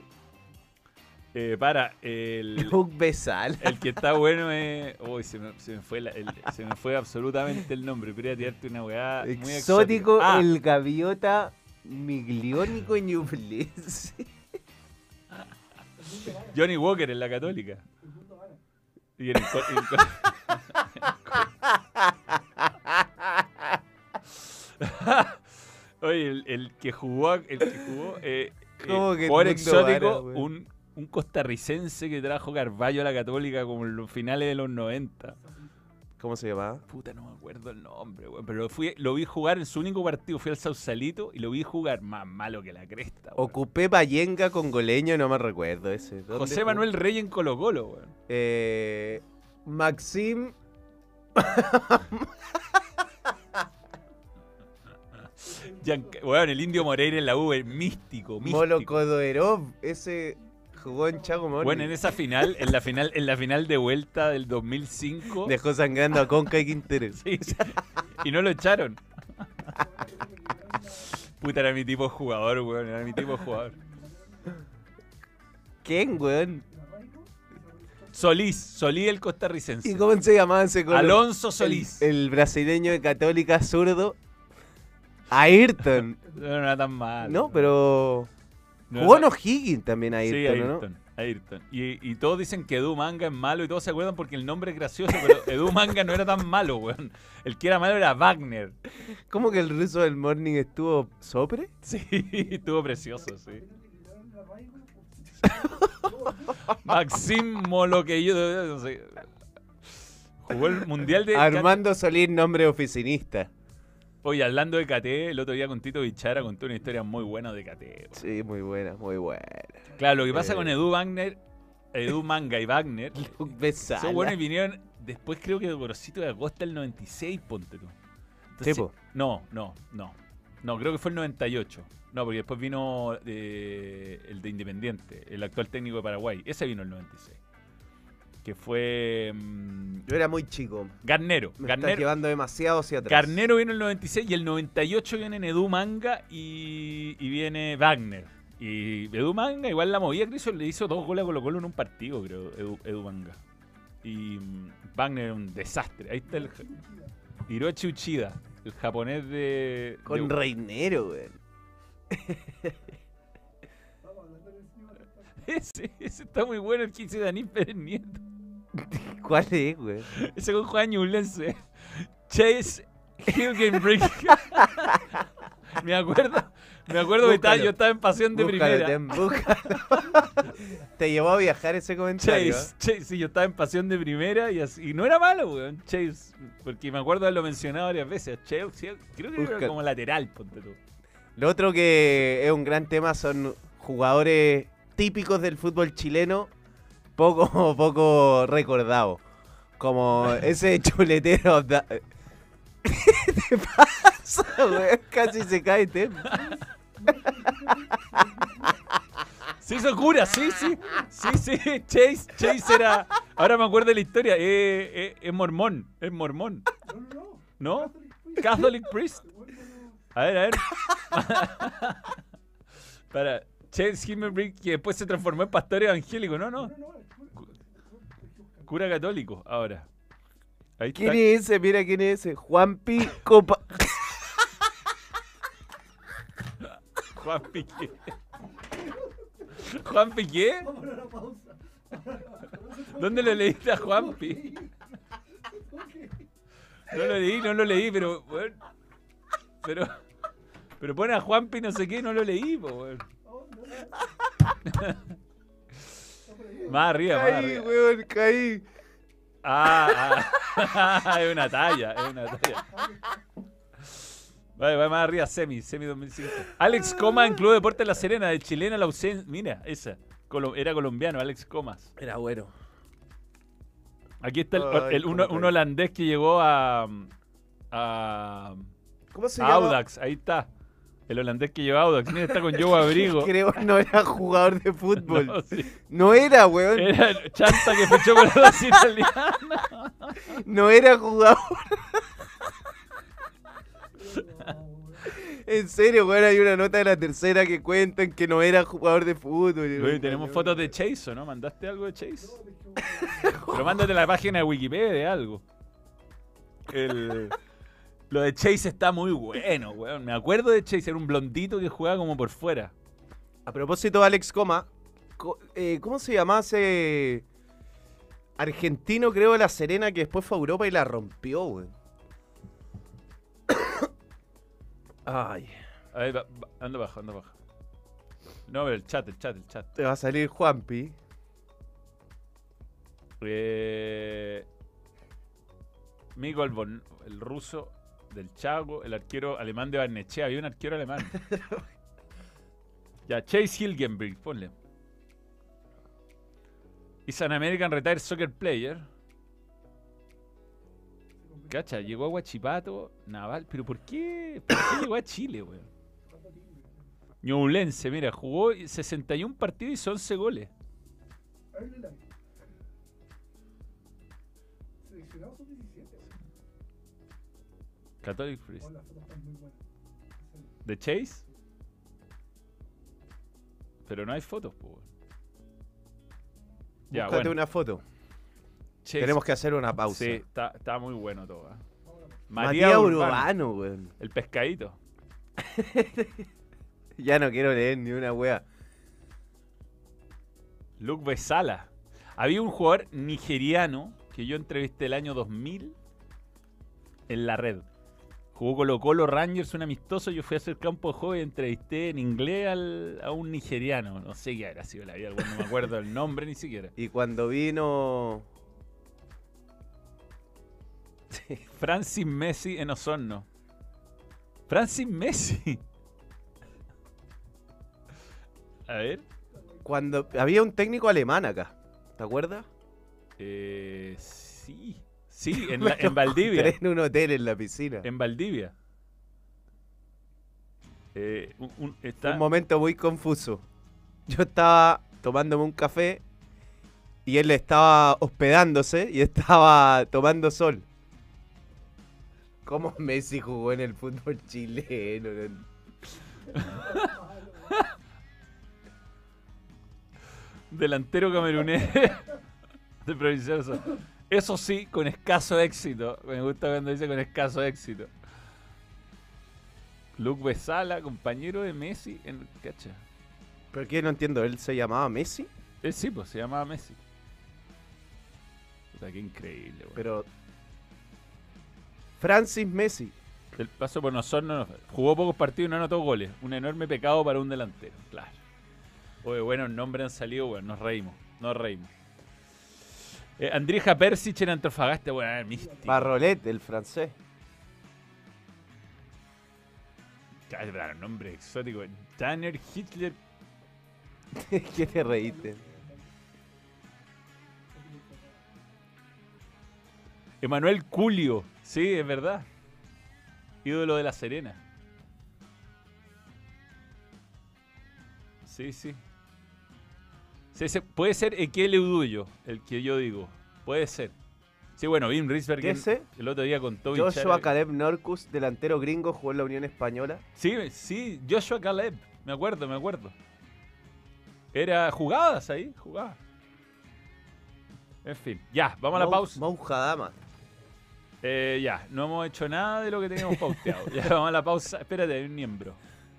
El Besal. que está bueno es... Uy, se me fue absolutamente el nombre, pero iba a tirarte una weá muy Exótico, exótica. el gaviota migliónico Ñublense. Johnny Walker en la Católica. Y en el Oye, el que jugó ¿Cómo que jugador el mundo exótico, vara, weón? un costarricense que trajo Carvalho a la Católica como en los finales de los 90. ¿Cómo se llamaba? Puta, no me acuerdo el nombre, weón. Pero lo vi jugar en su único partido. Fui al Sausalito y lo vi jugar más malo que la cresta, weón. Ocupé Payenga con goleño, no me recuerdo ese. ¿Dónde José jugó? Manuel Rey en Colo Colo, weón. Maxim. Weón, el Indio Moreira en la U, el místico. Molo Kodoerov. Ese jugó en Chaco Morning. Bueno, en esa final, en la final de vuelta del 2005. Dejó sangrando a Conca y Quintero. Sí, y no lo echaron. Puta, era mi tipo de jugador, weón. Era mi tipo de jugador. ¿Quién, weón? Solís el costarricense. ¿Y cómo se llamaba ese color? Alonso Solís. El brasileño de Católica zurdo. Ayrton. No era tan mal. No, pero. No Jugó era en O'Higgins también Ayrton, Sí, ¿no? Ayrton. Y todos dicen que Edu Manga es malo y todos se acuerdan porque el nombre es gracioso, pero Edu Manga no era tan malo, weón. El que era malo era Wagner. ¿Cómo que el ruso del Morning estuvo sopre? Sí, estuvo precioso, sí. Maxim Moloqueyo, no sé. Jugó el Mundial de... Armando Solís, nombre oficinista. Oye, hablando de KT, el otro día con Tito Bichara contó una historia muy buena de KT. weón. Sí, muy buena, muy buena. Claro, lo que pasa con Edu Manga y Wagner, Luke Besala. son buenos y vinieron después creo que de Gorosito de agosto del 96, ponte tú. Entonces, Sí, po. No, creo que fue el 98. No, porque después vino el de Independiente, el actual técnico de Paraguay. Ese vino el 96. Que fue Yo era muy chico. Garnero. Me estás llevando demasiado hacia atrás. Garnero vino el 96 y el 98 vienen Edu Manga y viene Wagner. Y Edu Manga igual la movía, creo, le hizo 2 goles a Colo Colo en un partido, creo, Edu Manga. Y Wagner era un desastre. Ahí está el Hiroshi Uchida, el japonés de... Con de- Reinero, weón. Ese está muy bueno, el que hizo Dani Pérez Nieto. ¿Cuál es, weón? Ese con Juan Ñublense. Chase Hilgenbrink. Me acuerdo que yo estaba en Pasión de Búscalo, Primera. búscalo. Te llevó a viajar ese comentario. Chase, sí, yo estaba en Pasión de Primera y no era malo, weón. Chase, porque me acuerdo de haberlo mencionado varias veces. Chase, sí, creo que era Búscalo. como lateral, ponte tú. Lo otro que es un gran tema son jugadores típicos del fútbol chileno, poco recordados. Como ese chuletero. ¿Qué te pasa, weón? Casi se cae Tem. Se hizo cura, sí. Chase era. Ahora me acuerdo de la historia. Es mormón. ¿No? Catholic priest. A ver. Para. Chase Hilgenbrink, que después se transformó en pastor evangélico. No. Cura católico, ahora. Ahí está. ¿Quién es ese? Mira quién es ese. Juanpi Copa. Juan Piqué. ¿Juan Piqué? ¿Dónde lo leíste a Juanpi? No lo leí, pero bueno, pero pone a Juanpi no sé qué, no lo leí, po, weón. Más arriba. Caí, weón, caí. Es una talla. Va más arriba, semi 2005. Alex Comas en Club Deportes La Serena, de chilena la ausencia. Mira, esa. Era colombiano, Alex Comas. Era bueno. Aquí está Ay, un holandés que llegó a ¿Cómo se a llama? Audax. Ahí está. El holandés que lleva Audax. Mira, está con Joe Abrigo. Creo que no era jugador de fútbol. No, sí. No era, weón. Era Chanta que fichó con los italianos. No era jugador. En serio, weón, hay una nota de la tercera que cuentan que no era jugador de fútbol. Oye, tenemos fotos de Chase, ¿o no? ¿Mandaste algo de Chase? Pero mándate la página de Wikipedia de algo. Lo de Chase está muy bueno, weón. Me acuerdo de Chase, era un blondito que jugaba como por fuera. A propósito de Alex Coma, ¿cómo se llamaba ese argentino, creo, de La Serena, que después fue a Europa y la rompió, weón? Ay, A ver, anda abajo, anda abajo. No, pero el chat. te va a salir Juanpi. Mico el ruso del Chago, el arquero alemán de Barnechea. Había un arquero alemán. Ya, Chase Hilgenberg, ponle. Is an American Retired Soccer Player. Cacha, llegó a Huachipato, Naval. ¿Pero por qué? ¿Por qué llegó a Chile, weón? Ñublense, mira, jugó 61 partidos y son 11 goles. Ireland. Seleccionado son 17. Catholic Priest. Oh, las fotos están muy buenas. ¿De Chase? Pero no hay fotos, po. Ya, Búscate bueno. una foto. Chase. Tenemos que hacer una pausa. Sí, está muy bueno todo. ¿Eh? Matías Urbano, weón. El pescadito. Ya no quiero leer ni una wea. Luke Besala. Había un jugador nigeriano que yo entrevisté el año 2000 en la red. Jugó Colo Colo Rangers, un amistoso. Yo fui a hacer campo de juego y entrevisté en inglés a un nigeriano. No sé qué habrá sido la vida, no me acuerdo el nombre ni siquiera. Y cuando vino... Francis Messi en Osorno. Francis Messi. A ver. Cuando había un técnico alemán acá. ¿Te acuerdas? Sí. Sí, en Valdivia. En un hotel en la piscina. En Valdivia. Un momento muy confuso. Yo estaba tomándome un café y él estaba hospedándose y estaba tomando sol. ¿Cómo Messi jugó en el fútbol chileno? Delantero camerunés de Provincioso. Eso sí, con escaso éxito. Me gusta cuando dice con escaso éxito. Luke Besala, compañero de Messi en... ¿Cacha? ¿Pero qué? No entiendo. ¿Él se llamaba Messi? Sí, pues se llamaba Messi. Puta, qué increíble, güey. Pero... Francis Messi. El paso por Osorno jugó pocos partidos y no anotó goles. Un enorme pecado para un delantero, claro. Oye, buenos nombres han salido, bueno, nos reímos. Andrija Persic en Antofagasta, bueno, místico. Parrolet, el francés. Claro, nombre exótico. Tanner Hitler. ¿Qué te reíste? Emanuel Culio. Sí, es verdad. Ídolo de La Serena. Sí. Sí, puede ser Ekel Eudullo, el que yo digo. Puede ser. Sí, bueno, Wim Risberg el otro día contó. Joshua Caleb Norcus, delantero gringo, jugó en la Unión Española. Sí, Joshua Caleb. Me acuerdo. Era jugadas ahí, jugaba. En fin, ya, vamos a la pausa. Maujadama. Ya, no hemos hecho nada de lo que teníamos pauteado. Ya, vamos a la pausa. Espérate, hay un miembro.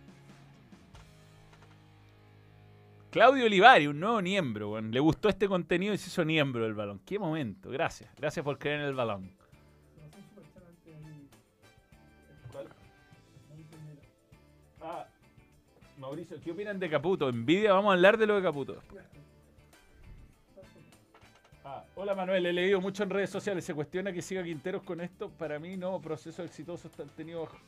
Claudio Olivari, un nuevo miembro. Bueno, le gustó este contenido y se hizo miembro del balón. Qué momento, gracias. Gracias por creer en el balón. Mauricio, ¿qué opinan de Caputo? Envidia, vamos a hablar de lo de Caputo. Hola Manuel, he leído mucho en redes sociales. Se cuestiona que siga Quinteros con esto. Para mí no, procesos exitosos han tenido bajo.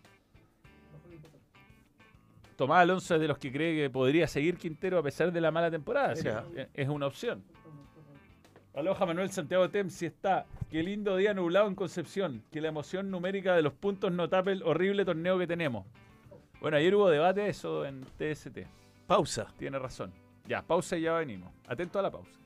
Tomás Alonso es de los que cree que podría seguir Quintero a pesar de la mala temporada. ¿Sí? Es una opción. Aloha Manuel Santiago Tem, si está. Qué lindo día nublado en Concepción. Que la emoción numérica de los puntos no tape el horrible torneo que tenemos. Bueno, ayer hubo debate eso en TST. Pausa. Tiene razón. Ya, pausa y ya venimos. Atento a la pausa.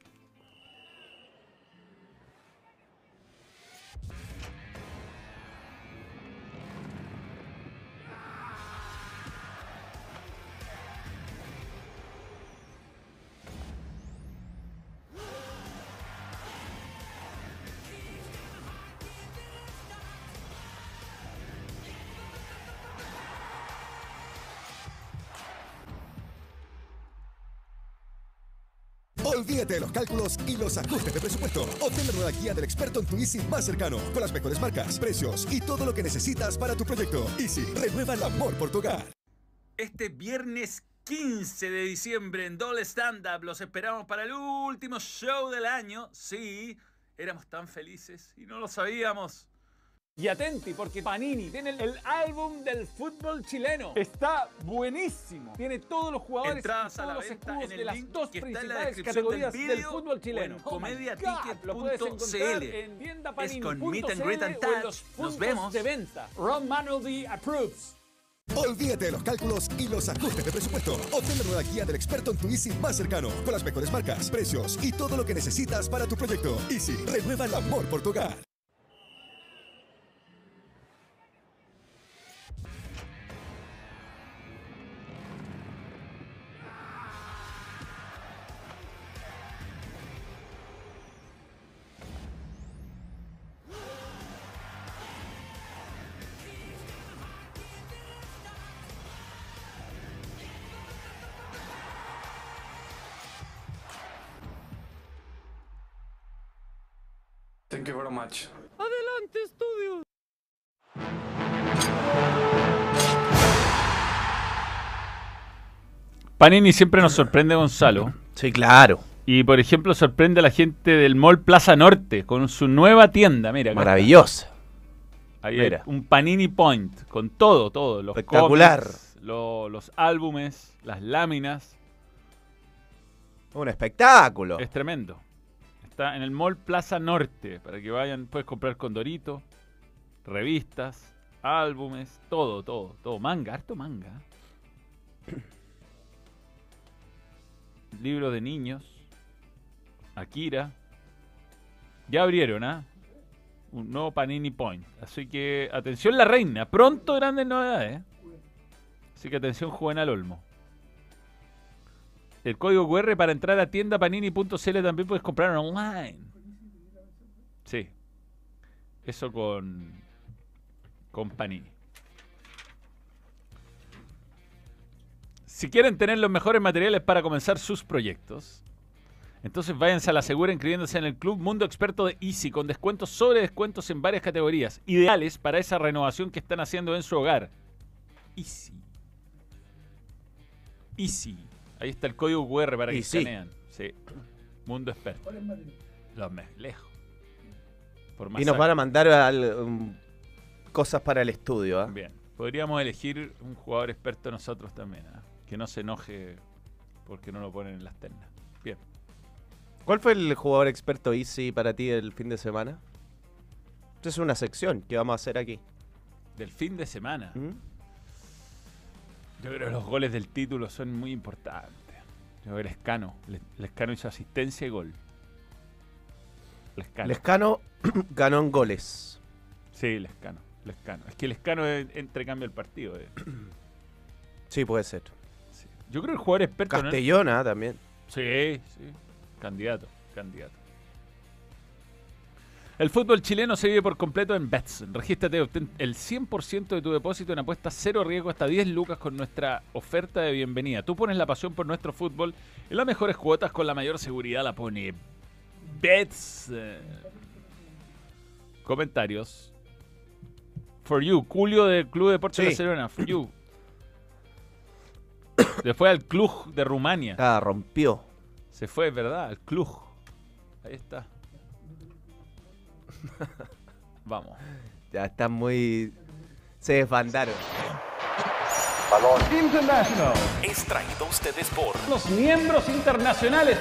Olvídate de los cálculos y los ajustes de presupuesto. Obtén la nueva guía del experto en tu Easy más cercano, con las mejores marcas, precios y todo lo que necesitas para tu proyecto. Easy, renueva el amor por tu hogar. Este viernes 15 de diciembre en Double Stand Up los esperamos para el último show del año. Sí, éramos tan felices y no lo sabíamos. Y atenti, porque Panini tiene el álbum del fútbol chileno. Está buenísimo. Tiene todos los jugadores Entradas y todos a la los venta escudos en el de las link dos que está en la principales descripción categorías del del video fútbol chileno. o en comediaticket.cl. Lo puedes encontrar en Es con Meet and Greet and tiendapanini.cl o en Touch. los Nos puntos vemos. de venta. Ron Manuel approves. Olvídate de los cálculos y los ajustes de presupuesto. Obtén la nueva guía del experto en tu Easy más cercano, con las mejores marcas, precios y todo lo que necesitas para tu proyecto. Easy, renueva el amor por tu hogar. Thank you very much. Adelante, estudio. Panini siempre nos sorprende, Gonzalo. Sí, claro. Y, por ejemplo, sorprende a la gente del Mall Plaza Norte con su nueva tienda. Mira, acá Maravillosa. está. Ahí Mira. hay un Panini Point con todo. Los Espectacular. cómics, los álbumes, las láminas. Un espectáculo. Es tremendo. Está en el Mall Plaza Norte. Para que vayan, puedes comprar Condorito, revistas, álbumes, todo. Manga, harto manga. Libros de niños. Akira. Ya abrieron, ¿ah? Un nuevo Panini Point. Así que, atención la reina. Pronto grandes novedades, ¿eh? Así que atención Juvenal Olmo. El código QR para entrar a tiendapanini.cl también puedes comprar online. Sí. Eso con Panini. Si quieren tener los mejores materiales para comenzar sus proyectos, entonces váyanse a la segura inscribiéndose en el Club Mundo Experto de Easy con descuentos sobre descuentos en varias categorías, ideales para esa renovación que están haciendo en su hogar. Easy. Ahí está el código QR para que Easy. escanean. Sí. Mundo Experto. ¿Cuál es material? Los más lejos. Por más Y nos van a mandar cosas para el estudio. ¿Ah? Bien. Podríamos elegir un jugador experto nosotros también. ¿Ah? Que no se enoje porque no lo ponen en las ternas. Bien. ¿Cuál fue el jugador experto Easy para ti el fin de semana? Esta es una sección que vamos a hacer aquí. Del fin de semana. ¿Mm? Yo creo que los goles del título son muy importantes. Yo creo que Lescano hizo asistencia y gol. Lescano ganó en goles. Sí, Lescano. Es que Lescano entrecambia el partido. Sí, puede ser. Sí. Yo creo que el jugador experto... Castellona también. Sí. Candidato. El fútbol chileno se vive por completo en Betson. Regístrate y obtén el 100% de tu depósito en apuestas cero riesgo hasta 10 lucas con nuestra oferta de bienvenida. Tú pones la pasión por nuestro fútbol y las mejores cuotas con la mayor seguridad la pone Betson. Comentarios. For you. Julio del Club Deportes Sí. Barcelona. For you. Se fue al Cluj de Rumania. Ah, rompió. Se fue, ¿verdad? Al Cluj. Ahí está. Vamos. Ya están muy... Se desbandaron. Balón. Es traído a ustedes por los miembros internacionales.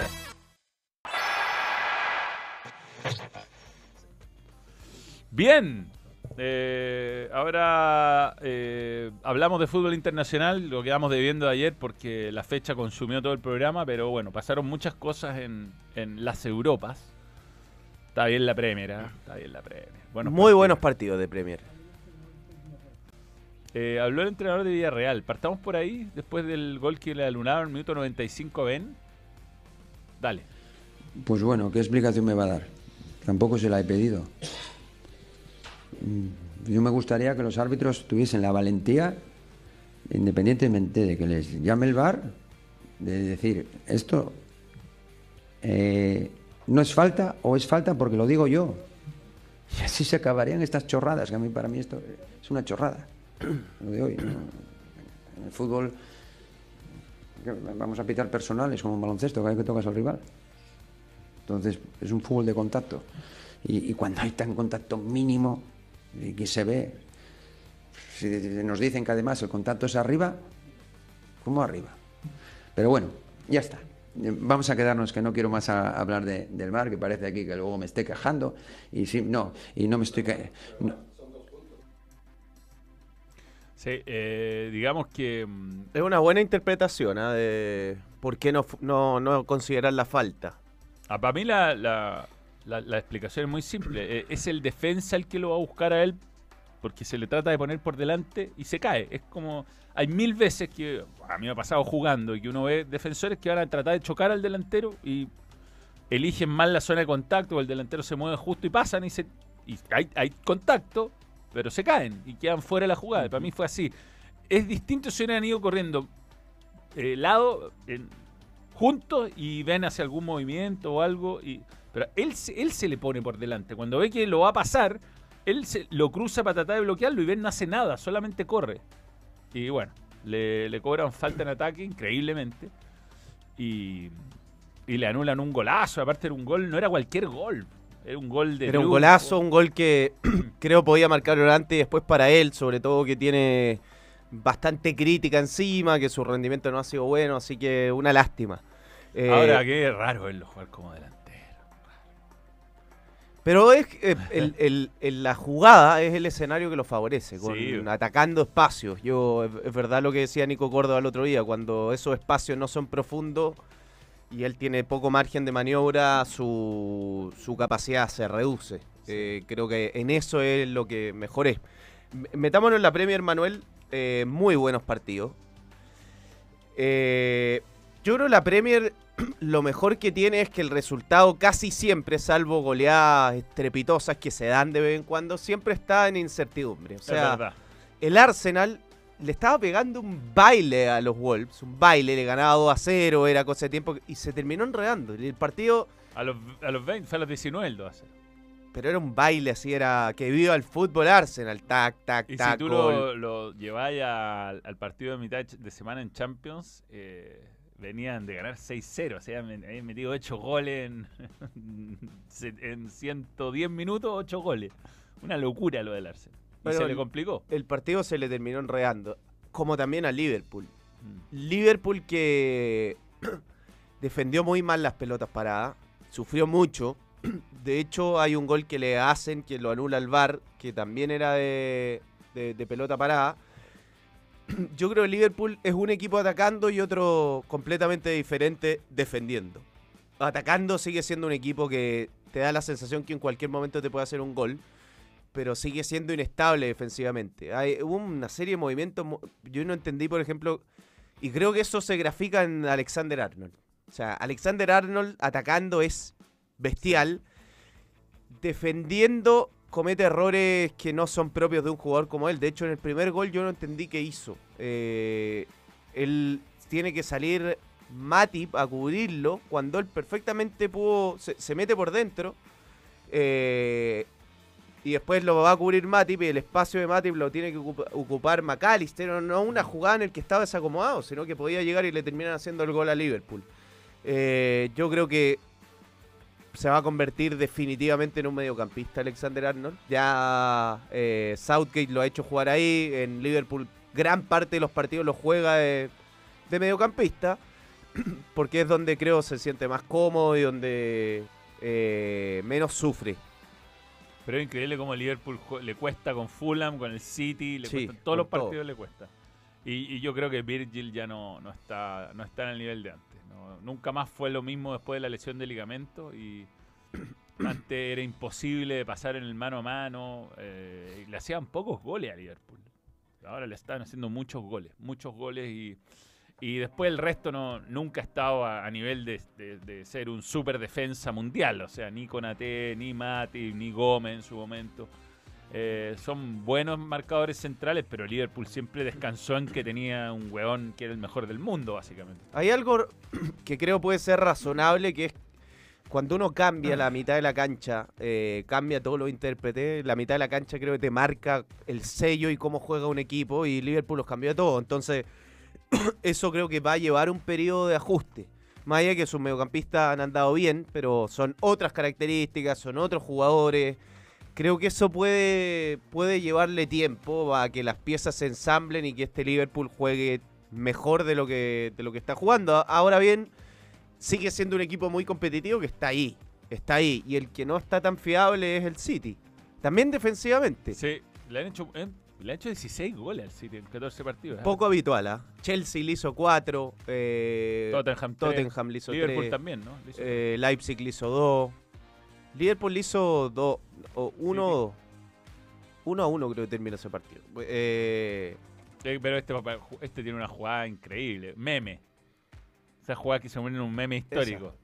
Bien. Ahora hablamos de fútbol internacional, lo quedamos debiendo de ayer porque la fecha consumió todo el programa, pero bueno, pasaron muchas cosas en las Europas. Está bien la Premier, ¿eh? Está bien la Premier. Buenos partidos de Premier. Habló el entrenador de Villarreal. Partamos por ahí, después del gol que le alunaron en el minuto 95, Ben. Dale. Pues bueno, ¿qué explicación me va a dar? Tampoco se la he pedido. Yo me gustaría que los árbitros tuviesen la valentía, independientemente de que les llame el VAR, de decir, esto no es falta o es falta porque lo digo yo. Y así se acabarían estas chorradas, que para mí esto es una chorrada. Lo de hoy, ¿no? En el fútbol vamos a pitar personales como un baloncesto, cada vez que tocas al rival. Entonces es un fútbol de contacto. Y cuando hay tan contacto mínimo y que se ve, si nos dicen que además el contacto es arriba, ¿cómo arriba? Pero bueno, ya está. Vamos a quedarnos, que no quiero más hablar del VAR, que parece aquí que luego me esté quejando. Y sí, no me estoy quejando. Sí, digamos que... Es una buena interpretación de por qué no considerar la falta. Para mí la explicación es muy simple. Es el defensa el que lo va a buscar a él porque se le trata de poner por delante y se cae. Es como... Hay 1000 veces que a mí me ha pasado jugando y que uno ve defensores que van a tratar de chocar al delantero y eligen mal la zona de contacto, o el delantero se mueve justo y pasan y hay contacto, pero se caen y quedan fuera de la jugada. Para mí fue así. Es distinto si hubieran ido corriendo juntos y ven hacia algún movimiento o algo. Pero él se le pone por delante. Cuando ve que lo va a pasar, él lo cruza para tratar de bloquearlo y Ben no hace nada, solamente corre. Y bueno, le cobran falta en ataque increíblemente. Y le anulan un golazo. Aparte era un gol, no era cualquier gol. Era un gol de... Era un golazo, un gol que creo podía marcarlo antes y después para él, sobre todo que tiene bastante crítica encima, que su rendimiento no ha sido bueno, así que una lástima. Ahora, qué raro verlo jugar como delantero. Pero es la jugada es el escenario que lo favorece, atacando espacios. Es verdad lo que decía Nico Córdoba el otro día, cuando esos espacios no son profundos y él tiene poco margen de maniobra, su capacidad se reduce. Creo que en eso es lo que mejor es. Metámonos en la Premier, Manuel. Muy buenos partidos. Yo creo que la Premier lo mejor que tiene es que el resultado casi siempre, salvo goleadas estrepitosas que se dan de vez en cuando, siempre está en incertidumbre. O sea, el Arsenal le estaba pegando un baile a los Wolves, un baile, le ganaba 2-0, era cosa de tiempo, y se terminó enredando. El partido... A los 20, fue a los 19 el 2-0. Pero era un baile así, era que viva el fútbol Arsenal, tac, tac, y tac. Y si tú lo lleváis al partido de mitad de semana en Champions, venían de ganar 6-0, o sea, habían metido 8 goles en 110 minutos, 8 goles. Una locura lo del Arsenal. Y se le complicó. El partido se le terminó enredando, como también a Liverpool. Liverpool que defendió muy mal las pelotas paradas, sufrió mucho. De hecho, hay un gol que le hacen, que lo anula el VAR, que también era de pelota parada. Yo creo que Liverpool es un equipo atacando y otro completamente diferente defendiendo. Atacando sigue siendo un equipo que te da la sensación que en cualquier momento te puede hacer un gol, pero sigue siendo inestable defensivamente. Hubo una serie de movimientos, yo no entendí, por ejemplo, y creo que eso se grafica en Alexander-Arnold. O sea, Alexander-Arnold atacando es bestial, defendiendo comete errores que no son propios de un jugador como él. De hecho, en el primer gol yo no entendí qué hizo. Él tiene que salir Matip a cubrirlo cuando él perfectamente pudo, se mete por dentro y después lo va a cubrir Matip y el espacio de Matip lo tiene que ocupar McAllister. No una jugada en el que estaba desacomodado, sino que podía llegar y le terminan haciendo el gol a Liverpool. Yo creo que se va a convertir definitivamente en un mediocampista Alexander-Arnold. Ya Southgate lo ha hecho jugar ahí. En Liverpool gran parte de los partidos lo juega de mediocampista, porque es donde creo se siente más cómodo y donde menos sufre. Pero es increíble cómo Liverpool le cuesta con Fulham, con el City, le Sí, cuesta, todos los con todo. partidos le cuesta. Y yo creo que Virgil ya no está en el nivel de antes. Nunca más fue lo mismo después de la lesión de ligamento. Y antes era imposible de pasar en el mano a mano. Y le hacían pocos goles a Liverpool. Ahora le están haciendo muchos goles y después el resto nunca ha estado a nivel de ser un super defensa mundial. O sea, ni Konaté, ni Matip, ni Gómez en su momento. Son buenos marcadores centrales, pero Liverpool siempre descansó en que tenía un huevón que era el mejor del mundo, básicamente. Hay algo que creo puede ser razonable, que es cuando uno cambia la mitad de la cancha, cambia todo lo intérprete, la mitad de la cancha creo que te marca el sello y cómo juega un equipo, y Liverpool los cambió todo. Entonces, eso creo que va a llevar un periodo de ajuste. Más allá de que sus mediocampistas han andado bien, pero son otras características, son otros jugadores. Creo que eso puede llevarle tiempo a que las piezas se ensamblen y que este Liverpool juegue mejor de lo que está jugando. Ahora bien, sigue siendo un equipo muy competitivo que está ahí. Y el que no está tan fiable es el City. También defensivamente. Sí, le han hecho 16 goles al City en 14 partidos. Poco habitual, ¿ah? Chelsea le hizo 4. Tottenham le hizo Liverpool 3. también, ¿no? Leipzig le hizo 2. Liverpool le hizo 2. 1 a 1 creo que terminó ese partido. Pero este tiene una jugada increíble. Meme. Esa jugada que se muere en un meme histórico.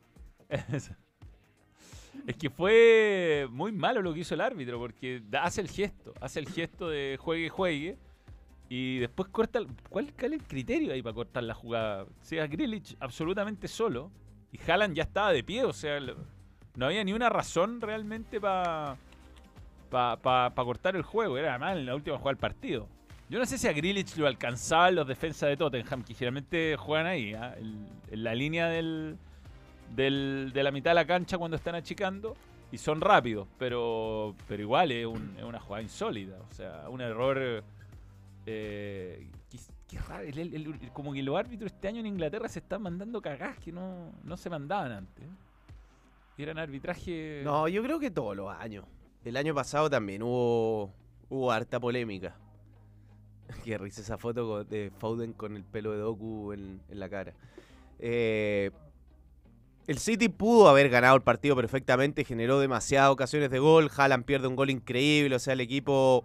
Es que fue muy malo lo que hizo el árbitro, porque hace el gesto de juegue, y después corta. ¿Cuál es el criterio ahí para cortar la jugada? O sea, Grealish absolutamente solo, y Haaland ya estaba de pie, o sea, no había ni una razón realmente para cortar el juego. Era además en la última jugada del partido. Yo no sé si a Grealish lo alcanzaban los defensas de Tottenham, que generalmente juegan ahí, en la línea de la mitad de la cancha cuando están achicando, y son rápidos, pero igual es una jugada insólita. O sea, un error que raro. Como que los árbitros este año en Inglaterra se están mandando cagadas que no se mandaban antes. Eran arbitraje... No, yo creo que todos los años. El año pasado también hubo harta polémica. Qué risa esa foto de Foden con el pelo de Doku en la cara. El City pudo haber ganado el partido perfectamente, generó demasiadas ocasiones de gol. Haaland pierde un gol increíble, o sea, el equipo...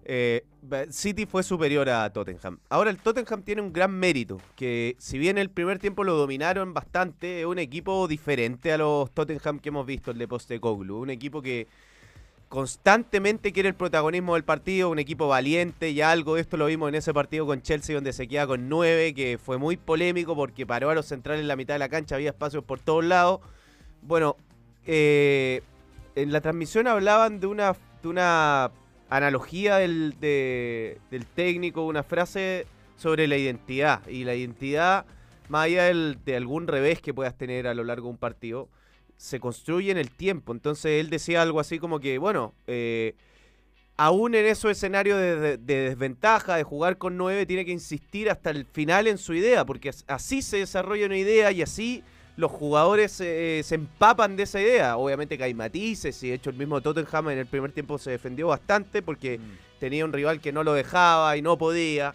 City fue superior a Tottenham. Ahora el Tottenham tiene un gran mérito, que si bien el primer tiempo lo dominaron bastante, es un equipo diferente a los Tottenham que hemos visto, el de Postecoglou. Un equipo que constantemente quiere el protagonismo del partido, un equipo valiente, y algo de esto lo vimos en ese partido con Chelsea donde se queda con 9, que fue muy polémico porque paró a los centrales en la mitad de la cancha, había espacios por todos lados. Bueno, en la transmisión hablaban de una analogía del técnico, una frase sobre la identidad, y la identidad, más allá de algún revés que puedas tener a lo largo de un partido, se construye en el tiempo. Entonces él decía algo así como que, bueno, aún en esos escenarios de desventaja, de jugar con 9, tiene que insistir hasta el final en su idea, porque así se desarrolla una idea y así los jugadores se empapan de esa idea. Obviamente que hay matices, y de hecho el mismo Tottenham en el primer tiempo se defendió bastante porque tenía un rival que no lo dejaba y no podía.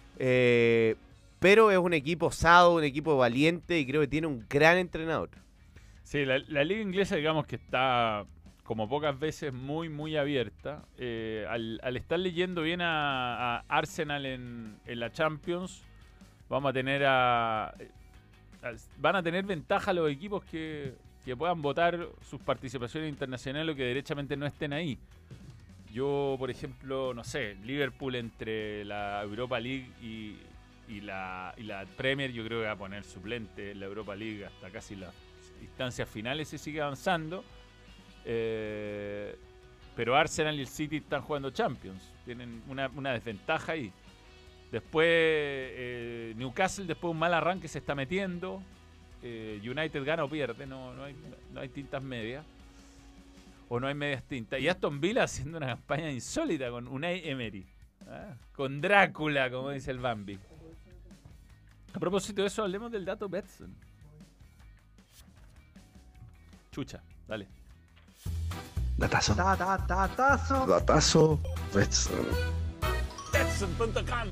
Pero es un equipo osado, un equipo valiente, y creo que tiene un gran entrenador. Sí, la liga inglesa, digamos que está, como pocas veces, muy, muy abierta. Al estar leyendo bien a Arsenal en la Champions, vamos a tener van a tener ventaja los equipos que puedan votar sus participaciones internacionales o que derechamente no estén ahí. Yo, por ejemplo, no sé, Liverpool entre la Europa League y la Premier, yo creo que va a poner suplente en la Europa League hasta casi las instancias finales, se sigue avanzando. Pero Arsenal y el City están jugando Champions, tienen una desventaja ahí. Después Newcastle, después de un mal arranque, se está metiendo. United gana o pierde, no hay tintas medias, o no hay medias tintas. Y Aston Villa haciendo una campaña insólita con Unai Emery, con Drácula, como dice el Bambi. A propósito de eso, hablemos del dato Betson. Chucha, dale. Datazo. Datazo. Datazo. Betson. Betson.com.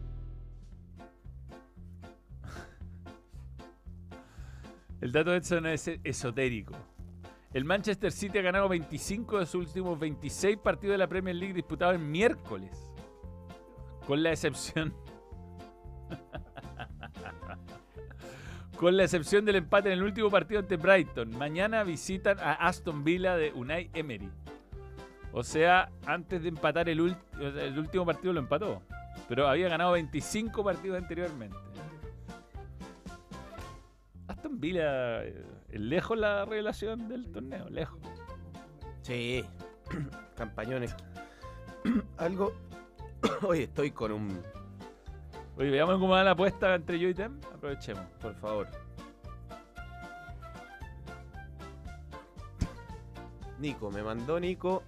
El dato de Edson es esotérico. El Manchester City ha ganado 25 de sus últimos 26 partidos de la Premier League disputados el miércoles. Con la excepción... con la excepción del empate en el último partido ante Brighton. Mañana visitan a Aston Villa de Unai Emery. O sea, antes de empatar el último partido lo empató. Pero había ganado 25 partidos anteriormente. Aston Villa es lejos la revelación del torneo, lejos. Sí, campañones. Algo... Hoy estoy con un... Oye, veamos cómo va la apuesta entre yo y Tem. Aprovechemos. Por favor. Nico, me mandó Nico.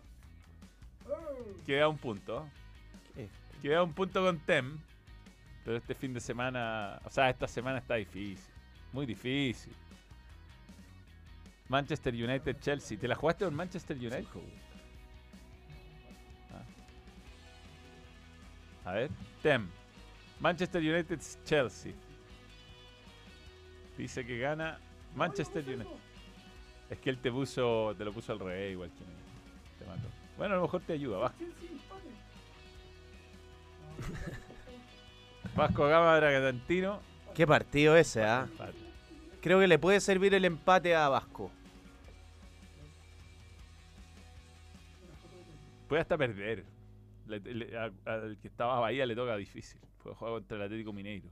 Queda un punto. Queda un punto con Tem. Pero este fin de semana... O sea, esta semana está difícil. Muy difícil. Manchester United, Chelsea. ¿Te la jugaste con Manchester United? A ver. Tem. Manchester United, Chelsea. Dice que gana Manchester United. Es que él te lo puso al revés igual que te mató. Bueno, a lo mejor te ayuda, va. Vasco Gama Bragantino. Qué partido ese, ¿ah? Creo que le puede servir el empate a Vasco. Puede hasta perder. Al que estaba a Bahía le toca difícil. Puede jugar contra el Atlético Mineiro.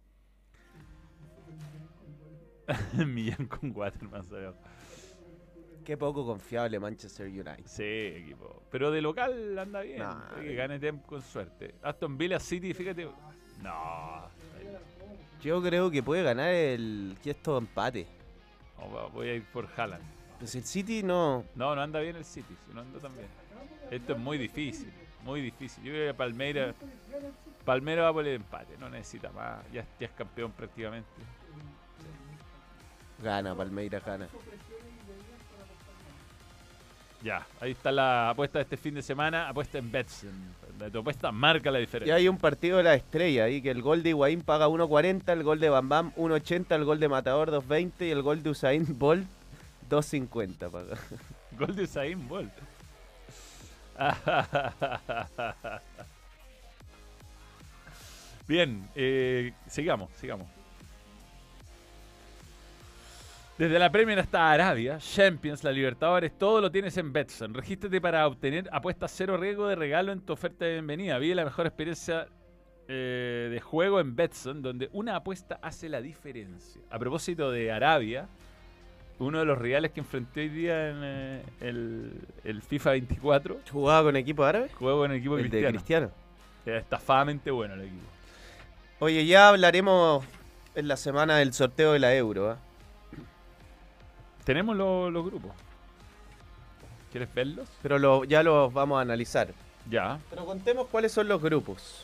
Millán con Waterman, ¿sabes? Qué poco confiable Manchester United. Sí, equipo. Pero de local anda bien. Que gane Tem con suerte. Aston Villa City, fíjate. No. Yo creo que puede ganar que esto empate. Voy a ir por Haaland. Pues el City no... No anda bien el City. No anda tan bien. Esto es muy difícil. Muy difícil. Yo creo que Palmeiras va por el empate. No necesita más. Ya es campeón prácticamente. Gana, Palmeiras gana. Ya, ahí está la apuesta de este fin de semana. Apuesta en Betson. Tu apuesta marca la diferencia. Y hay un partido de la estrella ahí, que el gol de Higuaín paga 1.40, el gol de Bam Bam 1.80, el gol de Matador 2.20 y el gol de Usain Bolt 2.50 paga. Gol de Usain Bolt. Bien, sigamos. Desde la Premier hasta Arabia, Champions, la Libertadores, todo lo tienes en Betson. Regístrate para obtener apuestas cero riesgo de regalo en tu oferta de bienvenida. Vive la mejor experiencia de juego en Betson, donde una apuesta hace la diferencia. A propósito de Arabia, uno de los rivales que enfrenté hoy día en el FIFA 24. ¿Jugaba con equipo árabe? Jugaba con el equipo cristiano. ¿De Cristiano? Estafadamente bueno el equipo. Oye, ya hablaremos en la semana del sorteo de la Euro, ¿eh? Tenemos los grupos. ¿Quieres verlos? Pero ya los vamos a analizar. Ya. Pero contemos cuáles son los grupos.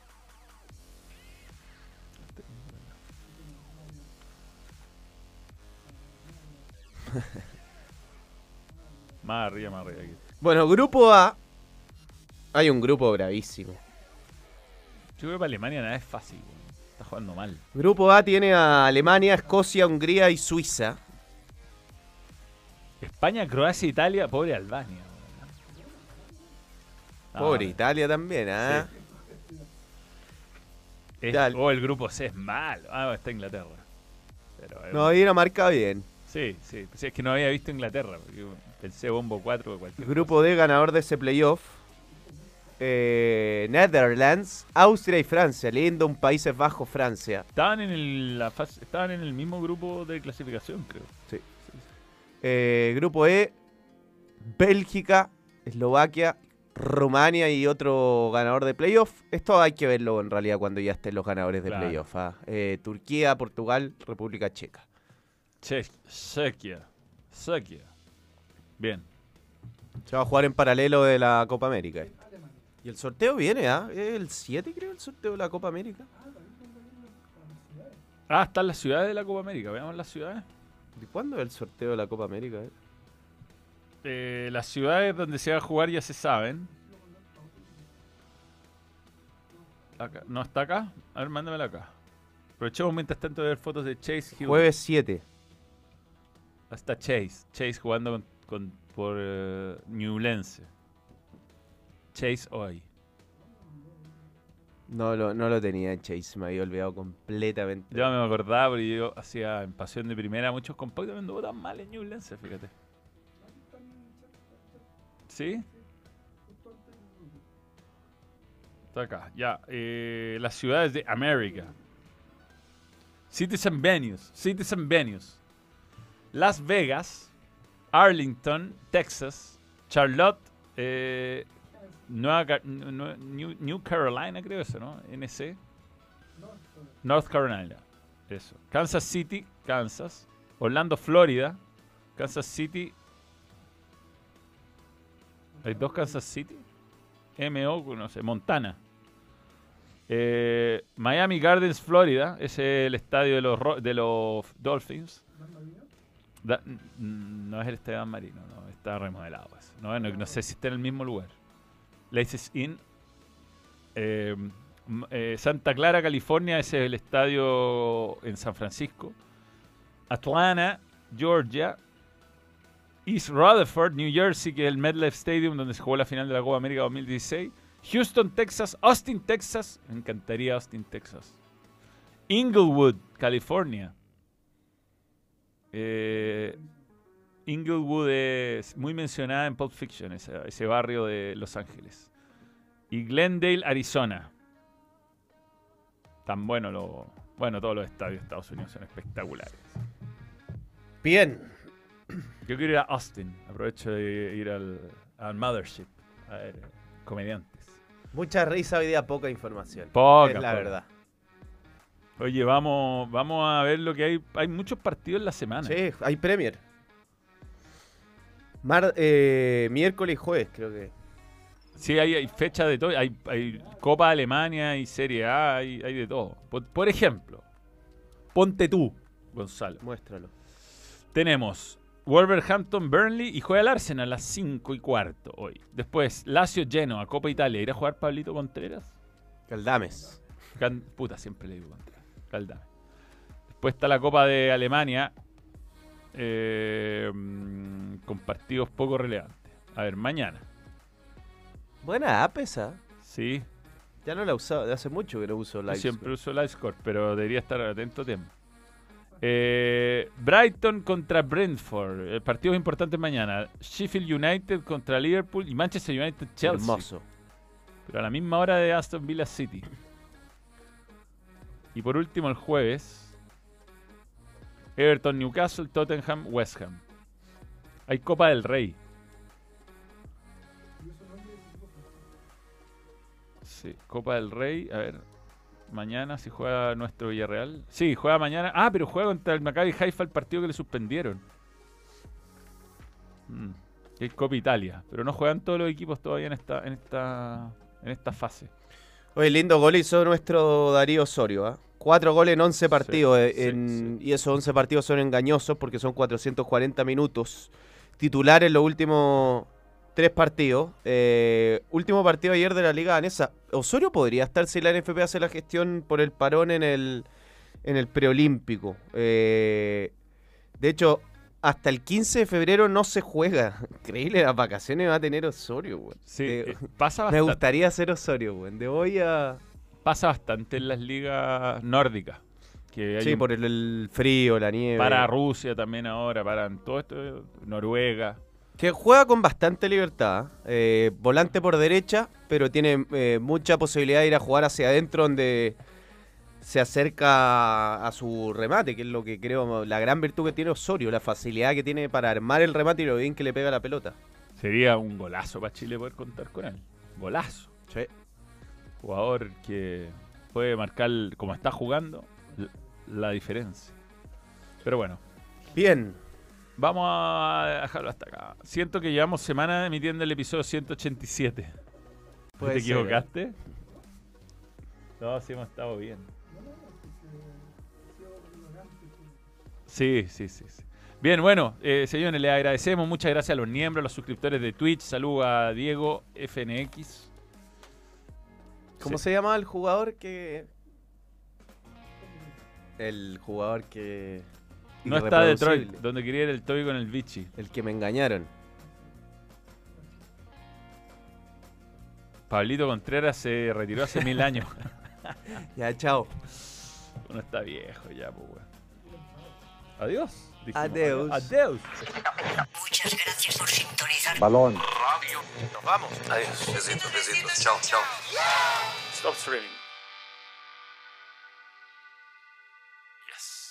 Más arriba aquí. Bueno, grupo A. Hay un grupo bravísimo. Yo creo que para Alemania nada es fácil. Está jugando mal. Grupo A tiene a Alemania, Escocia, Hungría y Suiza. España, Croacia, Italia, pobre Albania. Pobre Italia también, ¿ah? Sí. El grupo C es malo. Está Inglaterra. Pero, no, ahí la marca bien. Sí, es que no había visto Inglaterra. Porque pensé bombo 4 o cualquier grupo D, ganador de ese playoff. Netherlands, Austria y Francia. Lindo, un Países Bajos, Francia. Estaban en el mismo grupo de clasificación, creo. Sí. Grupo E, Bélgica, Eslovaquia, Rumania y otro ganador de playoff. Esto hay que verlo en realidad cuando ya estén los ganadores de playoff. Turquía, Portugal, República Checa. Chequia. Bien. Se va a jugar en paralelo de la Copa América. Y el sorteo viene, ¿eh? El 7 creo el sorteo de la Copa América. Están las ciudades de la Copa América. Veamos las ciudades. ¿De cuándo es el sorteo de la Copa América? Las ciudades donde se va a jugar ya se saben. Acá. ¿No está acá? A ver, mándamela acá. Aprovechemos mientras tanto de ver fotos de Chase Hill. Jueves 7. Hasta Chase jugando por Ñublense. Chase hoy. No lo tenía en Chase, me había olvidado completamente. Yo me acordaba porque yo hacía en Pasión de Primera muchos compactos me anduvo tan mal en Ñublense, fíjate. ¿Sí? Está acá, ya. Las ciudades de América. Citizen Venues. Las Vegas, Arlington, Texas, Charlotte, New Carolina, creo eso, ¿no? NC. North Carolina. Eso. Kansas City, Kansas. Orlando, Florida. Kansas City. Hay dos Kansas City. MO, no sé, Montana. Miami Gardens, Florida. Ese es el estadio de los Dolphins. No es el estadio Marino, no, está remodelado. Eso. No sé si está en el mismo lugar. Laces Inn. Santa Clara, California, ese es el estadio en San Francisco. Atlanta, Georgia. East Rutherford, New Jersey, que es el MetLife Stadium donde se jugó la final de la Copa América 2016. Houston, Texas. Austin, Texas. Me encantaría Austin, Texas. Inglewood, California. Inglewood es muy mencionada en Pulp Fiction, ese barrio de Los Ángeles. Y Glendale, Arizona. Tan bueno todos los estadios de Estados Unidos son espectaculares. Bien. Yo quiero ir a Austin. Aprovecho de ir al Mothership a ver comediantes. Mucha risa hoy día, poca información. Poca, es la verdad. Oye, vamos a ver lo que hay. Hay muchos partidos en la semana. Sí, hay Premier. Miércoles y jueves, creo que. Sí, hay fecha de todo. Hay Copa de Alemania, hay Serie A, hay de todo. Por ejemplo, ponte tú, Gonzalo. Muéstralo. Tenemos Wolverhampton, Burnley y juega el Arsenal a las 5:15 hoy. Después, Lazio, Genoa, Copa Italia. ¿Irá a jugar Pablito Contreras? Galdames. Puta, siempre le digo Contreras. Galdames. Después está la Copa de Alemania con partidos poco relevantes. A ver, mañana. Buena app esa. Sí. Ya no la he usado, de hace mucho que no uso LiveScore. Siempre uso LiveScore, pero debería estar atento a tiempo. Brighton contra Brentford. Partidos importantes mañana. Sheffield United contra Liverpool y Manchester United Chelsea. Hermoso. Pero a la misma hora de Aston Villa City. Y por último el jueves, Everton, Newcastle, Tottenham, West Ham. Hay Copa del Rey. Sí, Copa del Rey. A ver, mañana si juega nuestro Villarreal. Sí, juega mañana. Ah, pero juega contra el Maccabi Haifa el partido que le suspendieron. Es Copa Italia. Pero no juegan todos los equipos todavía en esta fase. Oye, lindo gol hizo nuestro Darío Osorio, ¿eh? 4 goles en 11 partidos. Sí. Y esos 11 partidos son engañosos porque son 440 minutos. Titular en los últimos 3 partidos. Último partido ayer de la Liga Danesa. Osorio podría estar si la NFP hace la gestión por el parón en el preolímpico. De hecho, hasta el 15 de febrero no se juega. Increíble, las vacaciones va a tener Osorio, güey. Sí, pasa bastante. Me gustaría ser Osorio, güey. De hoy a... Pasa bastante en las ligas nórdicas. Que hay por el frío, la nieve. Para Rusia también ahora, para todo esto, Noruega. Que juega con bastante libertad. Volante por derecha, pero tiene mucha posibilidad de ir a jugar hacia adentro donde se acerca a su remate, que es lo que creo la gran virtud que tiene Osorio, la facilidad que tiene para armar el remate y lo bien que le pega la pelota. Sería un golazo para Chile poder contar con él. Golazo. Sí. Jugador que puede marcar, como está jugando, la diferencia. Pero bueno. Bien. Vamos a dejarlo hasta acá. Siento que llevamos semanas emitiendo el episodio 187. ¿Te equivocaste? No, sí hemos estado bien. Sí. Bien, bueno, señores, le agradecemos. Muchas gracias a los miembros, a los suscriptores de Twitch. Saludos a Diego FNX. ¿Cómo se llama el jugador que...? El jugador que... No está Detroit, irreproducible. donde quería ir el Toby con el Vichy. El que me engañaron. Pablito Contreras se retiró hace 1000 años. Ya, chao. Uno está viejo ya, pues, weón. Adiós. dijimos. Adeus. Adeus. Muchas gracias por sintonizar. Balón. Nos vamos. Adiós. Besitos, besitos. Chao, chao. Stop streaming. Yes.